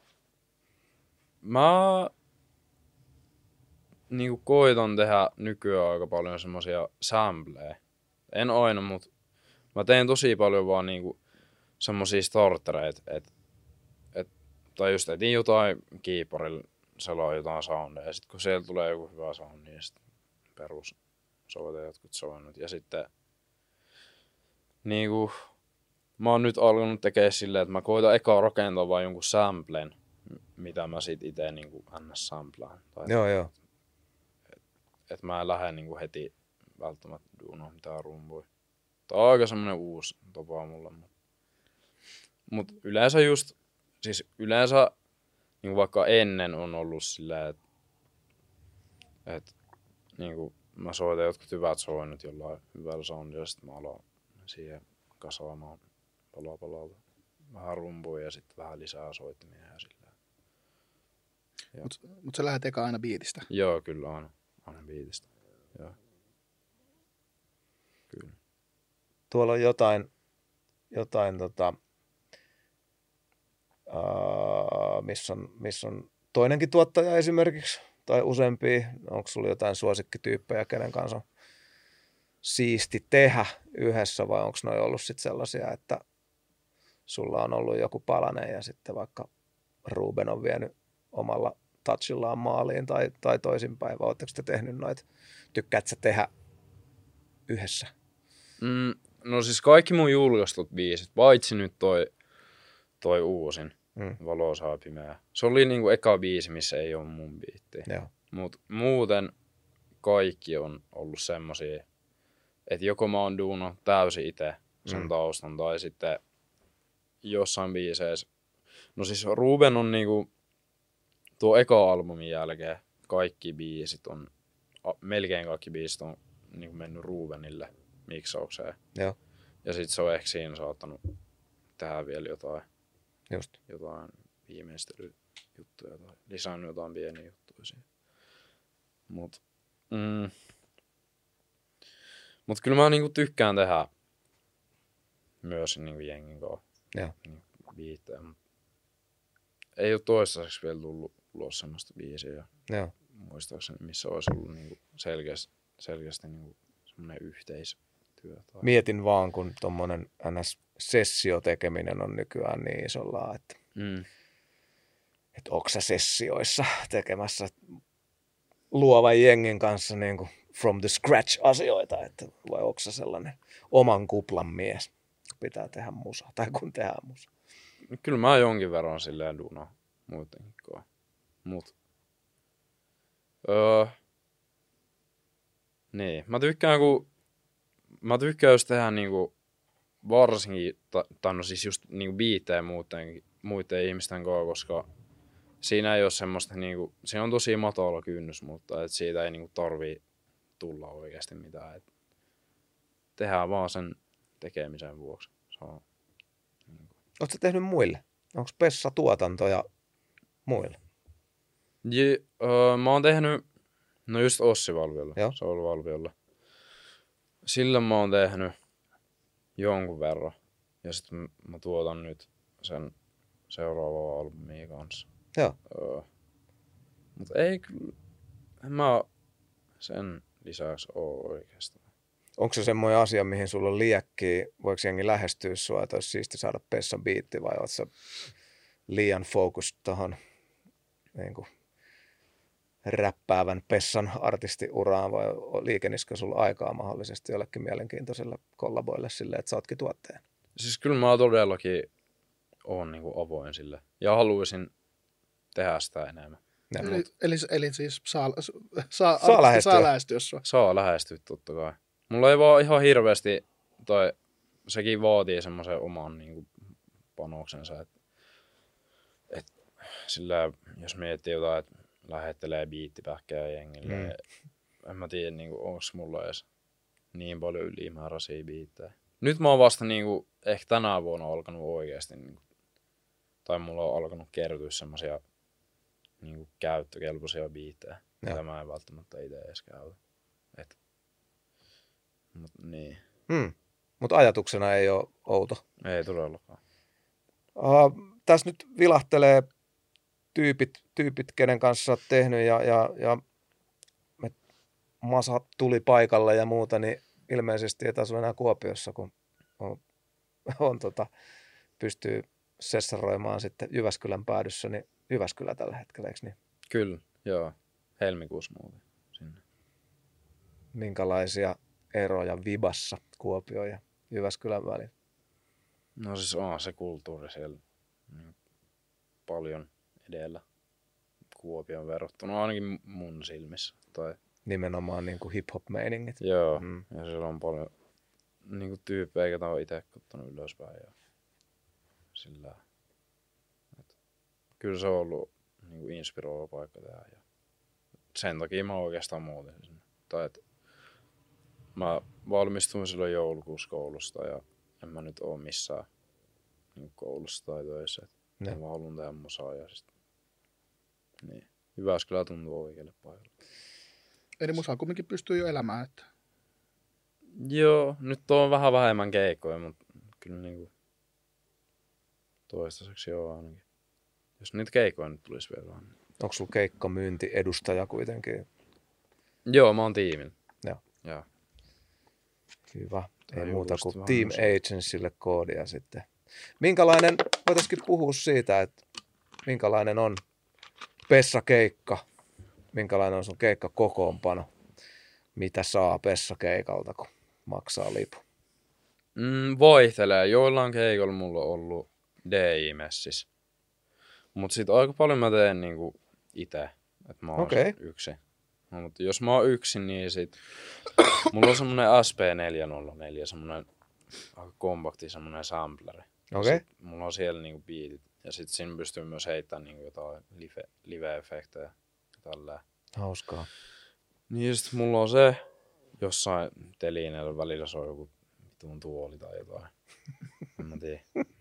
mä niinku koitan tehdä nykyään aika paljon semmosia sampleja. En aina, mutta mä teen tosi paljon vaan niinku semmosia startereita, et, et, tai just etin jotain kiiparilla, selaa jotain soundia, ja sit kun siellä tulee joku hyvä soundi, niin sit perus soitan jotkut soinnut. Ja sitten niinku mä oon nyt alkanut tekee silleen, että mä koitan eka rakentaa vaan jonkun samplen, mitä mä sit ite niinku ns-samplaan. Joo, joo. Et, et mä en lähde niinku heti välttämättä duunaan mitään rumpuja. Tää on aika semmonen uusi tapa mulle. Mut, mut yleensä just, siis yleensä niinku vaikka ennen on ollut silleen, että et, niinku mä soitan jotkut hyvät soinnut jollain hyvällä soundilla, sit mä alan siihen kasaamaan pala palalta vähän rumpuja ja sitten vähän lisää soittimia ja sillä. Mutta mut sä lähdet eka aina biitistä? Joo, kyllä aina. Aina biitistä. Joo. Kyllä. Tuolla on jotain, jotain tota, uh, missä on, missä on toinenkin tuottaja esimerkiksi, tai useampia. Onko sulla jotain suosikkityyppejä, kenen kanssa on siisti tehdä yhdessä, vai onko noi ollut sitten sellaisia, että sulla on ollut joku palanen ja sitten vaikka Ruben on vienyt omalla touchillaan maaliin tai, tai toisinpäin, vai ootteko te tehnyt noita, tykkäätkö sä tehdä yhdessä? Mm, no siis kaikki mun julkaistut biisit, paitsi nyt toi, toi uusin, mm. Valo saa pimeää. Se oli niinku eka biisi, missä ei ole mun biittiä. Mut muuten kaikki on ollut semmosia, että joko mä oon duunut täysin itse sen mm. taustan, tai sitten jossain biiseissä. No siis Ruben on niinku tuo eka albumin jälkeen kaikki biisit on, melkein kaikki biisit on niinku mennyt Rubenille miksaukseen. Joo. Ja sit se on ehkä siinä saattanut tehdä vielä jotain, Just. jotain viimeistelyjuttuja tai lisännyt jotain pieniä juttuja siihen. Mut, mm, mut kyllä mä niinku tykkään tehdä myös niinku jengin kanssa. Joo. Biittejä. Ei ole toistaiseksi vielä tullut ulos semmoista biisiä. Joo. Muistaakseni, missä olisi ollut niinku selkeästi, selkeästi niinku semmoinen yhteistyö. Tai... Mietin vaan, kun tommonen N S-sessio-tekeminen on nykyään niin isolla, että, mm. että onko sä sessioissa tekemässä luovan jengin kanssa niin kuin from the scratch asioita, että vai onko sä sellainen oman kuplan mies, kun pitää tehdä musaa, tai kun tehdään musaa? Kyllä mä jonkin verran silleen duunaa muutenkin. Mut. Öö. Niin. Mä tykkään kun... Mä tykkään just tehdä niinku... Varsinkin... Tai no siis just niinku biittejä muuten, muiden ihmisten kanssa, koska... Siinä ei oo semmoista niinku... Siinä on tosi matala kynnys, mutta et siitä ei niinku tarvii tulla oikeesti mitään. Et tehdään vaan sen tekemisen vuoksi. Se on... Oletko sä tehnyt muille? Onko Pessa tuotantoja muille? Je, öö, mä oon tehnyt, no just Ossi Valviolla, Joo. Saul Valviolla. Sillä mä oon tehnyt jonkun verran. Ja sit mä tuotan nyt sen seuraavaa albumia kanssa. Joo. Öö, mut ei kyllä, en mä sen lisäksi oo oikeastaan. Onko se semmoinen asia, mihin sulla on liekkiä? Voiko jengi lähestyä sua, että olisi siisti saada Pessan biitti, vai oot sä liian focused tohon niin kuin räppäävän Pessan artistiuraan, vai liikenisikö sulla aikaa mahdollisesti jollekin mielenkiintoiselle kollaboille silleen, että sä ootkin tuottajan? Siis kyllä mä todellakin oon niinku avoin sille ja haluaisin tehdä sitä enemmän. Eli, eli, eli siis saa, saa, saa, lähestyä. saa lähestyä sua. Saa lähestyä totta kai. Mulla ei vaan ihan hirveästi, tai sekin vaatii semmoisen oman niin kuin, panoksensa, että et, sillä jos miettii jotain, että lähettelee biittipähkää jengille, mm. en mä tiedä, niin kuin, onko mulla edes niin paljon ylimääräisiä biittejä. Nyt mä oon vasta niin kuin, ehkä tänä vuonna alkanut oikeasti, niin kuin, tai mulla on alkanut kertyä semmoisia niin kuin, käyttökelpoisia biittejä, mitä mä en välttämättä itse edes käytä. Et, mut niin. Hmm. Mutta ajatuksena ei ole outo. Ei todellakaan. Uh, tässä nyt vilahtelee tyypit, tyypit kenen kanssa olet tehnyt ja, ja, ja me Masa tuli paikalle ja muuta, niin ilmeisesti et asu enää Kuopiossa, kun on, on tota, pystyy sessaroimaan sitten Jyväskylän päädyssä, niin Jyväskylä tällä hetkellä, eikö niin? Kyllä, joo. Helmikuussa muuten sinne. Minkälaisia eroja Vibassa Kuopio ja Jyväskylän välillä? No siis on se kulttuuri siellä niin paljon edellä Kuopion verrattuna, ainakin mun silmissä. Tai... Nimenomaan niin kuin hip-hop-meiningit. Joo, mm. ja siellä on paljon niin kuin tyyppejä, joita on itse kattonut ylöspäin. Ja sillä, että kyllä se on ollut niin kuin inspiroiva paikka tehdä. Ja sen takia mä oikeastaan muutin sinne. Tai että mä valmistuin silloin joulukuussa koulusta ja en mä nyt oo missään niin koulussa tai töissä. Että mä haluan tehdä musaa ja sit, niin. Jyväskylä tuntuu oikealle paikalle. Eli musaa kumminkin pystyy jo elämään, että... Joo, nyt on vähän vähemmän keikkoja, mutta kyllä niinku toistaiseksi joo ainakin. Jos niitä keikkoja nyt tulisi vielä vähän. Onko sulla keikkamyynti edustaja kuitenkin? Joo, mä oon tiimin. Joo. Joo. Hyvä. Ei muuta kuin Team Agencylle koodia sitten. Minkälainen, voitaisiin puhua siitä, että minkälainen on pessakeikka, minkälainen on sun keikkakokoonpano, mitä saa pessakeikalta, kun maksaa lipu? Mm, vaihtelee. Joillain keikoilla mulla on ollut D I-messissä. Mutta sit aika paljon mä teen niinku ite, että mä oon okay. yksin. No, mutta jos mä oon yksin, niin sit mulla on semmonen S P neljä nolla neljä, semmonen aika kompakti semmonen sampleri. Okay. Mulla on siellä niinku beatit. Ja sit siinä pystyy myös heittämään niinku jotain live, live-efektejä ja tälleen. Hauskaa. Niin sit mulla on se, jossain telineellä välillä se on joku vitun tuoli tai jotain. En mä tiedä.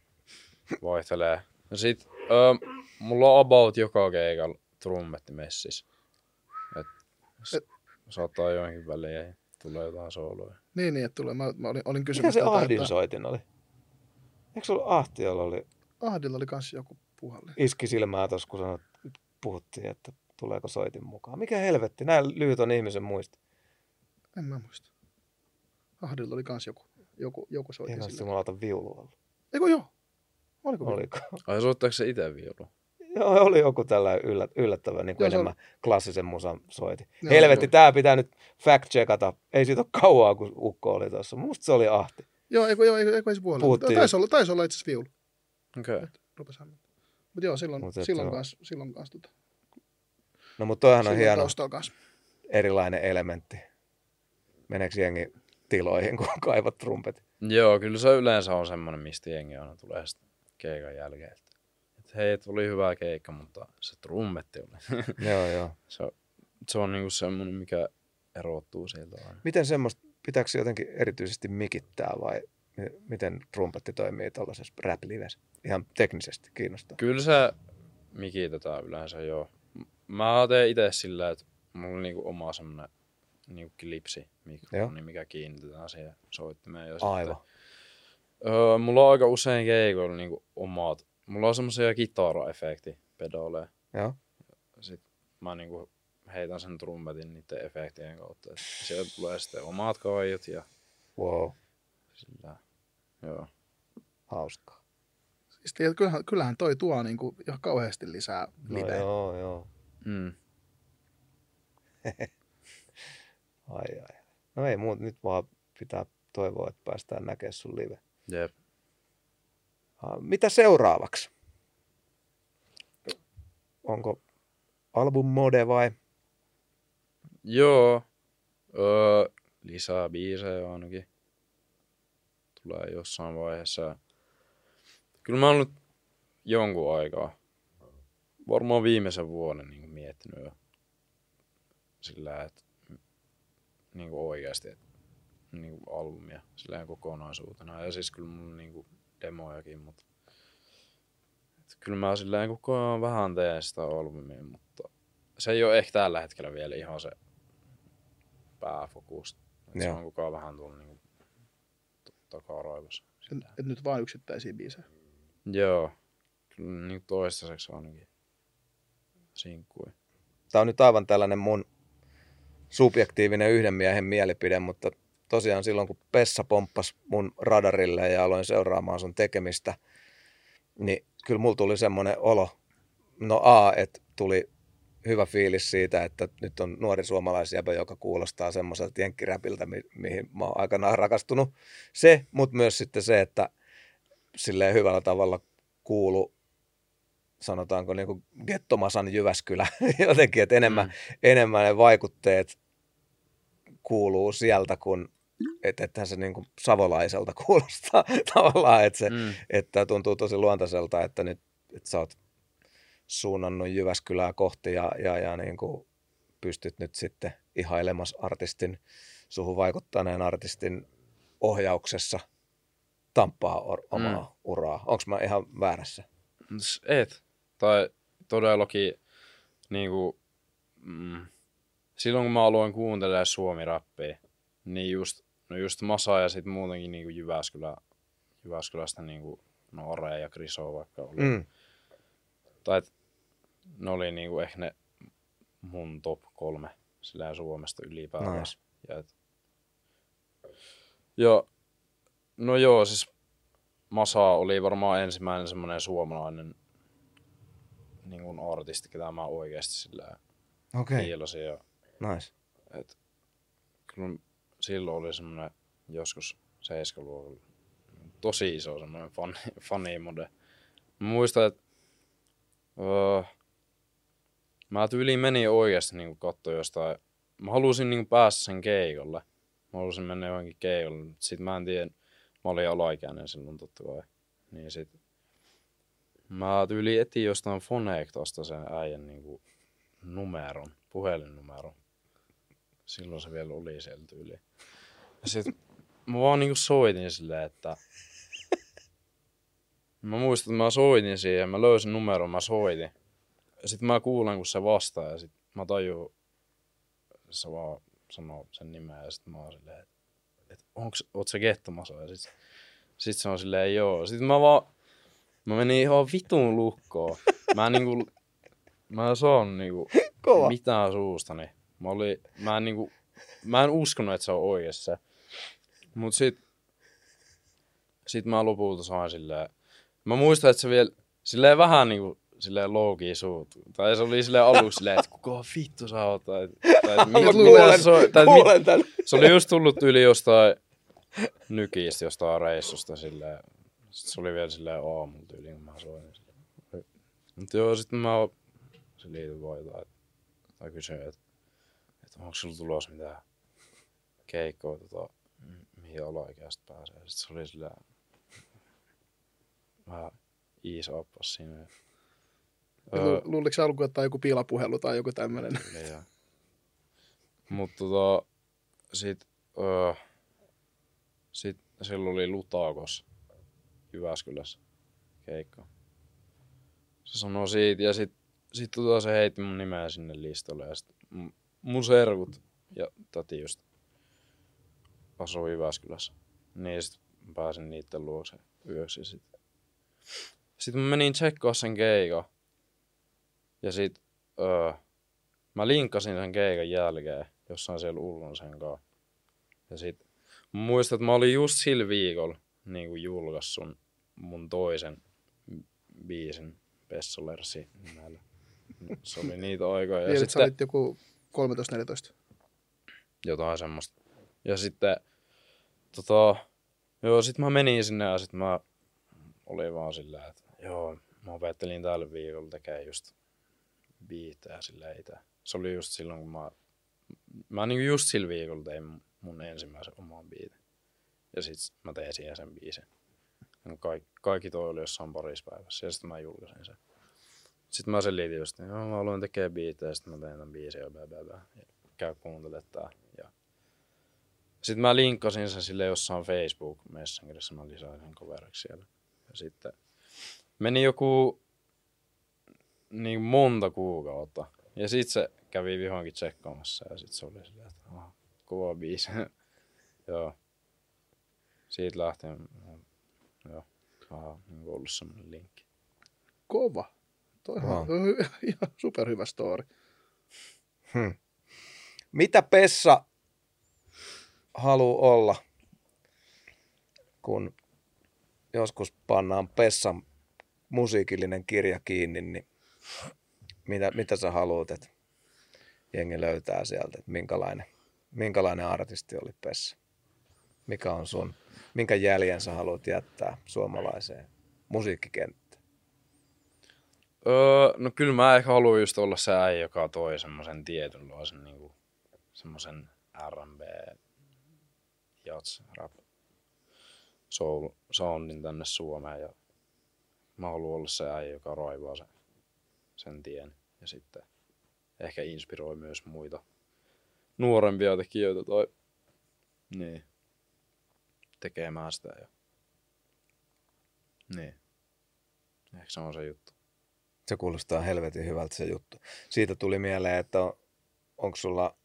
Vaihtelee. Ja sit öö, mulla on about joka keikalla trummetti messissä. Et, Et saattaa joihinkin väliin tulee jotain sooloja. Niin, niin, että tulee. Mä, mä olin, olin kysymässä. Mikä se Ahdin soitin oli? Eikö se ollut Ahti, jolla oli... Ahdilla oli kans joku puhallin. Iski silmää tuossa, kun sanot, puhuttiin, että tuleeko soitin mukaan. Mikä helvetti? Näin lyhyt on ihmisen muista. En mä muista. Ahdilla oli kans joku, joku, joku soitin. Eikä sitten mulla ota viulu ollut. Eikö joo? Oliko viulu? Oliko? Ai soittaako se ite viulu? Joo, oli joku tällä yllät, yllättävä, niin kuin joo, enemmän on... klassisen musan soiti. Joo, helvetti, joo. tää pitää nyt fact-checkata. Ei siitä ole kauaa, kun ukko oli tuossa. Musta se oli Ahti. Joo, eikö, joo, eikö, eikö se puolella. Taisi olla, taisi olla itse asiassa viulu. Okei. Okay. Mutta joo, silloin, Mut silloin kanssa. Silloin kans, tota, no mutta toihan on hieno kans. erilainen elementti. Meneekö jengi tiloihin, kun kaivat trumpet? Joo, kyllä se yleensä on semmoinen, mistä jengi aina tulee sitten keikan jälkeen. Et hei, tuli hyvä keikka, mutta se trummetti oli. joo, joo. Se, se on niinku semmoinen, mikä erottuu sieltä aina. Miten semmoista, pitääkö se jotenkin erityisesti mikittää vai miten trumpetti toimii tuollaisessa rap-livessä? Ihan teknisesti kiinnostaa. Kyllä se mikitetään yleensä, joo. Mä teen itse sillä, että mulla on niinku oma semmoinen niinku klipsi mikrofoni, mikä kiinnitetään siihen soittimeen. Ja aivan. Sitten, öö, mulla on aika usein keikoilla niinku omat. Mulla on semmoisia kitara-efektipedaaleja. Joo. Sitten mä niinku heitän sen trumpetin niiden efektien kautta. Sieltä tulee sitten omat kaiut ja... Wow. Sillä, joo. Hauskaa. Siis kyllähän, kyllähän toi tuo niinku jo kauheasti lisää liveä. No joo, joo. Mm. ai ai. No ei muuta, nyt vaan pitää toivoa, että päästään näkemään sun live. Jep. Mitä seuraavaksi? Onko album mode vai? Joo. Öö, lisää biisejä ainakin. tulee jossain vaiheessa. Kyllä mä oon nyt jonkun aikaa, varmaan viimeisen vuoden niin miettinyt jo sillä, että niin oikeasti että, niin albumia sillä kokonaisuutena. Ja siis kyllä mulla on niin demojakin, mutta että kyllä mä sillä koko ajan vähän teen sitä albumia, mutta se ei ole ehkä tällä hetkellä vielä ihan se pääfokus. Se on koko ajan vähän tuolla niin takaraivossa. Et, et nyt vaan yksittäisiä biisejä? Joo, kyllä niin toistaiseksi ainakin sinkkui. Tämä on nyt aivan tällainen mun subjektiivinen yhden miehen mielipide, mutta tosiaan silloin kun Pessa pomppasi mun radarille ja aloin seuraamaan sun tekemistä, niin kyllä mulla tuli semmoinen olo, no a, että tuli hyvä fiilis siitä, että nyt on nuori suomalaisjäbä, joka kuulostaa semmoiselta jenkkiräpiltä, mi- mihin mä oon aikanaan rakastunut. Se, mutta myös sitten se, että silleen hyvällä tavalla kuulu, sanotaanko niin kuin Gettomasan Jyväskylä jotenkin, että enemmän, mm. enemmän ne vaikutteet kuuluu sieltä, kun että ethän se niin kuin savolaiselta kuulostaa tavallaan, että, se, mm. että tuntuu tosi luontaiselta, että nyt että sä oot suunnannut Jyväskylää kohti ja, ja, ja niin kuin pystyt nyt sitten ihailemassa artistin, suhun vaikuttaneen artistin ohjauksessa tamppaa or- omaa mm. uraa. Onko mä ihan väärässä? Et. Tai todellakin niin kuin, mm, silloin kun mä aloin kuuntelemaan suomi-rappia, niin just, no just Masa ja sitten muutenkin niin kuin Jyväskylä, Jyväskylästä niin kuin Nore ja Kriso vaikka oli. Mm. Tai et, ne oli niin kuin ehkä ne mun top kolme sillä Suomesta ylipäätänsä. No. Ja, et, ja no joo, siis Masa oli varmaan ensimmäinen semmoinen suomalainen niin kuin artisti, ketä mä oikeasti sillä okay. kiilasin. Ja, nice. Et, kyllä silloin oli semmoinen joskus seiskaluokalla tosi iso semmoinen fan, fanimode. Mä muistan, että öö, mä tyyliin menin oikeasti niin katsoa jostain. Mä halusin niin päästä sen keikolle. Mä halusin mennä johonkin keikolle. Sitten mä en tiedä, mä olin alaikäinen silloin totta kai. Niin sit mä tyyliin etin jostain Fonectosta sen äijän niin numeron, puhelinnumeron. Silloin se vielä oli siellä tyyliin. Ja sit mä vaan niinku soitin silleen, että mä muistan, että mä soitin siihen, mä löysin numeron, mä soitin. Ja sit mä kuulen, kun se vastaa ja sit mä tajuun, se vaan sanoo sen nimeä ja sit mä oon silleen, että et onks, oot sä Gettomasa? Ja sit, sit se on silleen, joo. Sit mä vaan, mä menin ihan vitun lukkoon. Mä niinku, mä en saanut niinku mitään suustani. Mä olin, mä en niinku, mä en uskonut, että se on oikeassa. Mut sit, sit mä lopulta sain silleen, mä muistan, että se vielä silleen vähän niinku, silleen low-key suut. Tai se oli silleen aluksi silleen, että kuka vittu sä oot. Tai, tai, mit, kuulen, se, tai, kuulen tän. Se oli just tullut yli jostain nykistä, jostain reissusta silleen. Sitten se oli vielä silleen aamulla tyyliin, kun mä soin. Mut joo, sitten mä se liityi voitaan. Tai kysyin, että, että onko sulla tulossa mitään keikkoa, tota, mihin alaikäistä pääsee. Sitten se oli silleen vähän ease uppas siinä. Öö, luuliko sä alkuun, että joku piilapuhelu tai joku tämmönen? Joo. Mut tota, sit, öö, sit silloin oli Lutakos Jyväskylässä keikka. Se sanoi siitä ja sit, sit tota se heitti mun nimeä sinne listalle ja sit mun serkut ja tati just asui Jyväskylässä. Niin sit pääsin niitten luokse yöksi sit. Sitten mä menin tsekkaa sen keikan. Ja sit öö, mä linkkasin sen keikan jälkeen jossain siellä Ullon sen kanssa. Ja sit mä muistan, että mä olin just sillä viikolla niin kuin julkaissut mun toisen biisin Pessolersi nimellä. Se oli niitä aikoja. Ja niin, sitten sä olit joku kolmetoista neljätoista. Jotain semmoista. Ja sitten tota, joo, sit mä menin sinne ja sit mä olin vaan sillä, että joo, mä opettelin tällä viikolla tekee just biitejä sillä ei tää. Se oli just silloin, kun mä, mä niinku just sillä viikolla tein mun ensimmäisen oman biitin. Ja sit mä tein siihen sen biisin. Kaik, kaikki toi oli jossain parissa päivässä ja sitten mä julkaisin sen. Sitten mä selitin just, että mä aloin tekee biitejä ja sitten mä tein tämän biisin ja bää, bää, bää. Ja käy kuuntelemaan tää. Ja sitten mä linkkasin sen sille jossain Facebook Messengerissa, mä lisäin sen coveriksi siellä. Ja sitten meni joku niin monta kuukautta. Ja sit se kävi vihonkin tsekkaamassa ja sit se oli silleen, että aha, kova biisi. Joo. Siitä lähtien, joo, aha, niin ollut semmonen linkki. Kova. Toi Wow. on ihan superhyvä story. Hmm. Mitä Pessa haluaa olla, kun joskus pannaan Pessan musiikillinen kirja kiinni, niin mitä, mitä sä haluat, että jengi löytää sieltä, että minkälainen, minkälainen artisti oli Pessa? Mikä on sun, minkä jäljen sä haluat jättää suomalaiseen musiikkikenttään? Öö, no kyllä mä ehkä haluan just olla se äijä, joka toi semmosen tietynlaisen niinku semmosen R and B, jats, rap, soul, soundin tänne Suomeen ja mä haluan olla se äijä, joka raivaa sen, sen tien ja sitten ehkä inspiroi myös muita nuorempia tekijöitä tai niin, tekemään sitä ja niin, ehkä se on se juttu. Se kuulostaa helvetin hyvältä se juttu. Siitä tuli mieleen, että on, onko sulla,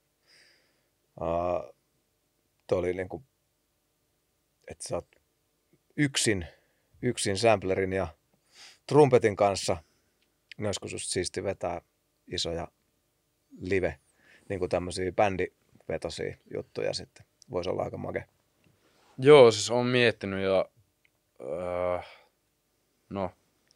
uh, toi oli niinku, että sä oot yksin, yksin samplerin ja trumpetin kanssa, niin olisiko susta siisti vetää isoja live, niinku tämmöisiä bändivetosia juttuja sitten. Voisi olla aika make. Joo, siis on miettinyt ja öö, no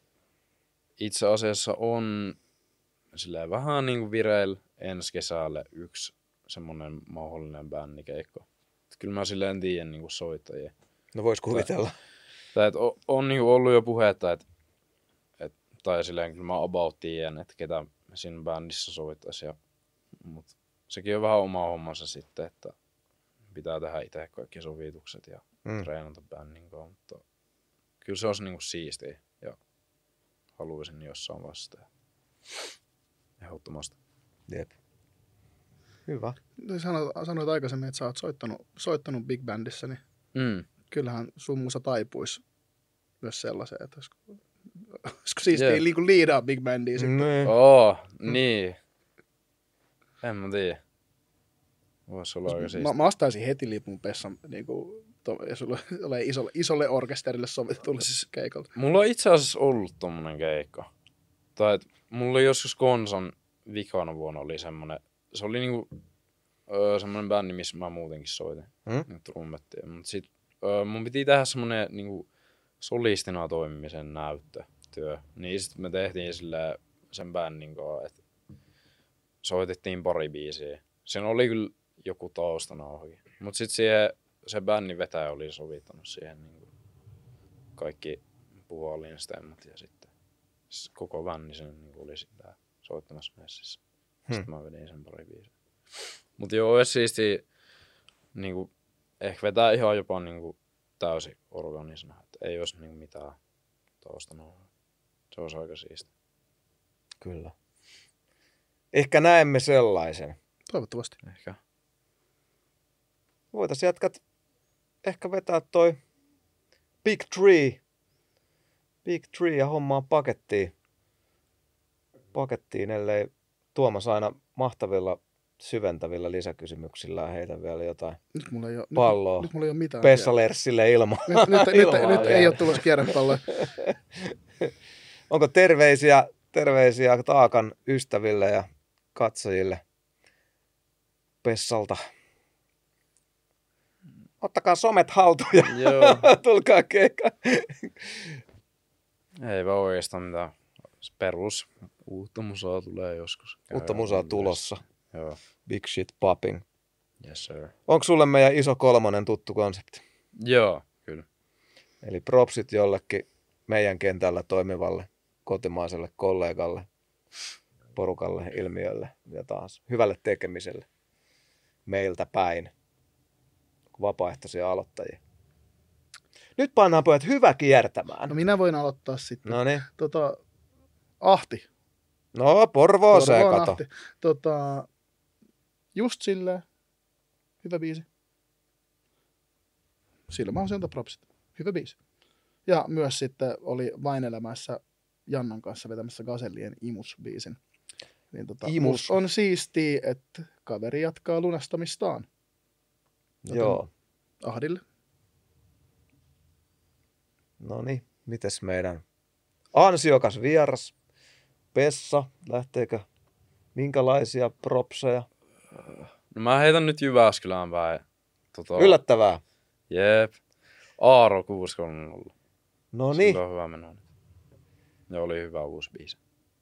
itse asiassa on silleen vähän niin kuin vireillä ensi kesälle yksi semmonen mahdollinen bändikeikko. Et kyllä mä silleen tiedän niin kuin soittajia. No vois kuvitella. Tai, että on, on niin kuin ollut jo puhetta, että et, tai silleen kyllä mä about tiedän, että ketä siinä bändissä soittaisi. Ja, mut sekin on vähän oma hommansa sitten, että pitää tehdä itse kaikki sovitukset ja mm. treenata bändin kanssa. Mutta kyllä se olisi niin kuin siistiä ja haluaisin jossain vaiheessa. Ehdottomasti. Jep. Hyvä. Sanoit, sanoit aikaisemmin, että sä oot soittanut, soittanut Big Bandissä, niin Mm. kyllähän sun musa taipuisi myös sellaiseen, että olisiko, olisiko siistiä Jep. yeah. liidaa Big Bandia sitten. Nee. Oo, niin. En mä tiedä. Voisi olla aika Mä, siistiä. mä ostaisin heti lipun Pessan, niin kuin, to, jos sulla ole isolle, isolle orkesterille sovitetulle siis keikalle. Mulla on itse asiassa ollut tommonen keikka. Tai et, mulla oli joskus Konsan vikana vuonna oli semmonen, se oli niinku öö, semmonen bändi, missä mä muutenkin soitin. Hmm? Trummettia. Mut sit öö, mun piti tehdä semmonen niinku solistina toimimisen näyttötyö. Niin sit me tehtiin silleen sen bändin kanssa, että soitettiin pari biisiä. Siinä oli kyllä joku taustanauhakin. Mut sit siihen, se bändin vetäjä oli sovittanut siihen niinku kaikki puolinstemmat ja sitten siis koko bändi sen niinku oli sitten soittamassa messissä. Hmm. Sitten mä vedin sen pari biisiä. Mut joo, olisi siistiä niinku ehkä vetää ihan jopa niinku täysin organisena. Et ei olisi niinku mitään taustanauhaa. Se olisi aika siistiä. Kyllä. Ehkä näemme sellaisen. Toivottavasti. Ehkä. Voitaisiin jatkat ehkä vetää toi Big Tree. Big Tree ja hommaa pakettiin. Pakettiin, ellei Tuomas aina mahtavilla syventävillä lisäkysymyksillä heitä vielä jotain Nyt mulla ei ole, palloa nyt, nyt mulla ei ole mitään. Pessa Lerssille ilman. Nyt, nyt, nyt, ilmaa nyt ei vielä. ole tulossa kierrepalloja. Onko terveisiä, terveisiä Taakan ystäville ja katsojille Pessalta? Ottakaa somet haltuun ja Joo. tulkaa keikkaan. Ei vaan oikeastaan mitään. Perus. Uutta musaa tulee joskus. Uutta musaa tulossa. Joo. Big shit popping. Yes sir. Onko sulle meidän iso kolmonen tuttu konsepti? Joo, kyllä. Eli propsit jollekin meidän kentällä toimivalle kotimaiselle kollegalle, porukalle, ilmiölle ja taas hyvälle tekemiselle meiltä päin. Vapaaehtoisia aloittajia. Nyt pannaan pojat hyvä kiertämään. No minä voin aloittaa sitten. No niin. Tota, Ahti. No, Porvoo se Porvoon kato. Ahti. Tota, just silleen. Hyvä biisi. Sillä mä oon sieltä propsit. Hyvä biisi. Ja myös sitten oli Vain elämässä Jannan kanssa vetämässä Gazellien Imus-biisin. Niin tota, Imus. on siistiä, että kaveri jatkaa lunastamistaan. Joten Joo. Ahdille. No niin, mites meidän ansiokas vieras Pessa, lähteekö minkälaisia propseja? No mä heitän nyt Jyväskylään päin. Tota, Yllättävää. Jep. Aaro kuusi kolme nolla. No niin, Sillä on hyvä meno nyt. Ja oli hyvä uusi biisi.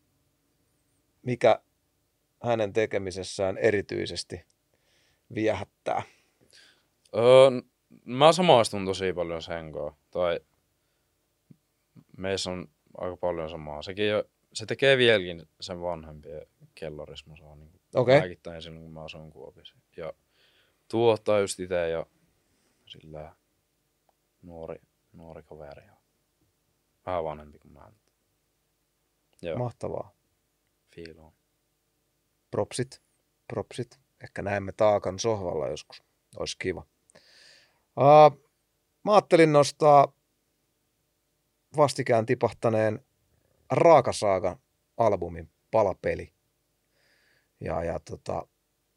mikä hänen tekemisessään erityisesti viehättää? Öö, mä samaistun tosi paljon sen kanssa. Tai meissä on aika paljon samaa. Sekin jo, se tekee vieläkin sen vanhempien kellorismusaa. Niin Okei. päivittäin silloin, kun mä asun Kuopissa. Ja tuottaa just itse ja sillä nuori, nuori kaveri. Vähän vanhempi kuin mä. Joo, Mahtavaa. fiiloon. Propsit, propsit. Ehkä näemme Taakan sohvalla joskus. Olisi kiva. Uh, mä ajattelin nostaa vastikään tipahtaneen Raakasaaga-albumin Palapeli. Ja, ja tota,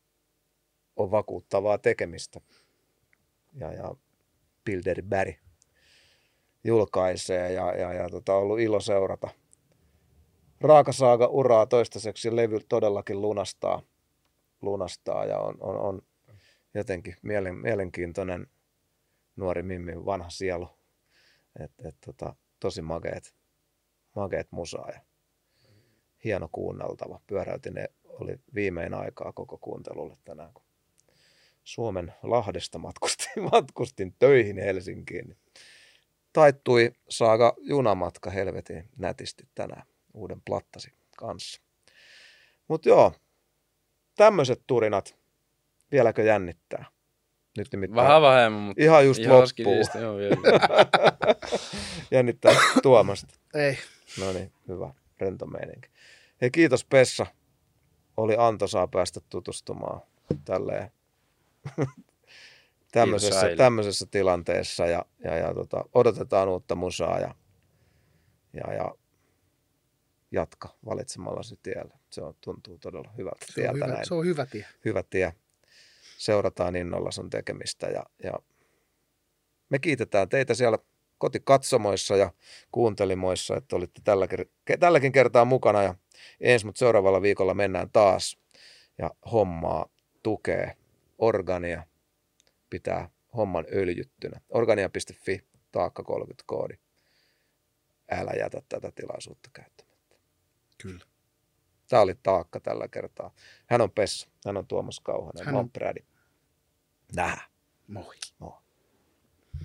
on vakuuttavaa tekemistä. Ja, ja Bilderberg julkaisee ja, ja, ja tota, ollut ilo seurata. Raakasaaga-uraa toistaiseksi levy todellakin lunastaa, lunastaa ja on, on, on jotenkin mielen, mielenkiintoinen nuori Mimmin vanha sielu. Et, et, tota, tosi makeet, makeet musaa ja hieno kuunneltava. Pyöräytin ne oli viimein aikaa koko kuuntelulle tänään, kun Suomen Lahdesta matkustin, matkustin töihin Helsinkiin. Niin taittui Saaga junamatka helvetin nätisti tänään uuden plattasi kanssa. Mutta joo, tämmöiset turinat, vieläkö jännittää? Nyt nimittäin Vähän vähemmän, mutta ihan just ihan loppuu. skidistä, joo, vielä. Jännittää Tuomasta. Ei. No niin, hyvä, rento meininki. Hei, kiitos Pessa. Oli antoisaa päästä tutustumaan tälleen tämmöisessä, tämmöisessä tilanteessa ja, ja, ja tota, odotetaan uutta musaa ja, ja, ja jatka valitsemallasi tiellä. Se on, tuntuu todella hyvältä Se on, tieltä hyvä, näin. se on hyvä tie. Hyvä tie. Seurataan innolla sun tekemistä ja, ja me kiitetään teitä siellä kotikatsomoissa ja kuuntelimoissa, että olitte tällä, tälläkin kertaa mukana ja ensi, mutta seuraavalla viikolla mennään taas ja hommaa tukee Organia, pitää homman öljyttynä. Organia piste fi, taakka kolmekymmentä koodi. Älä jätä tätä tilaisuutta käyttämättä. Kyllä. Tämä oli Taakka tällä kertaa. Hän on Pessa, hän on Tuomas Kauhanen, hän mä on oon Prädi. Nähdään. Moi. Moi.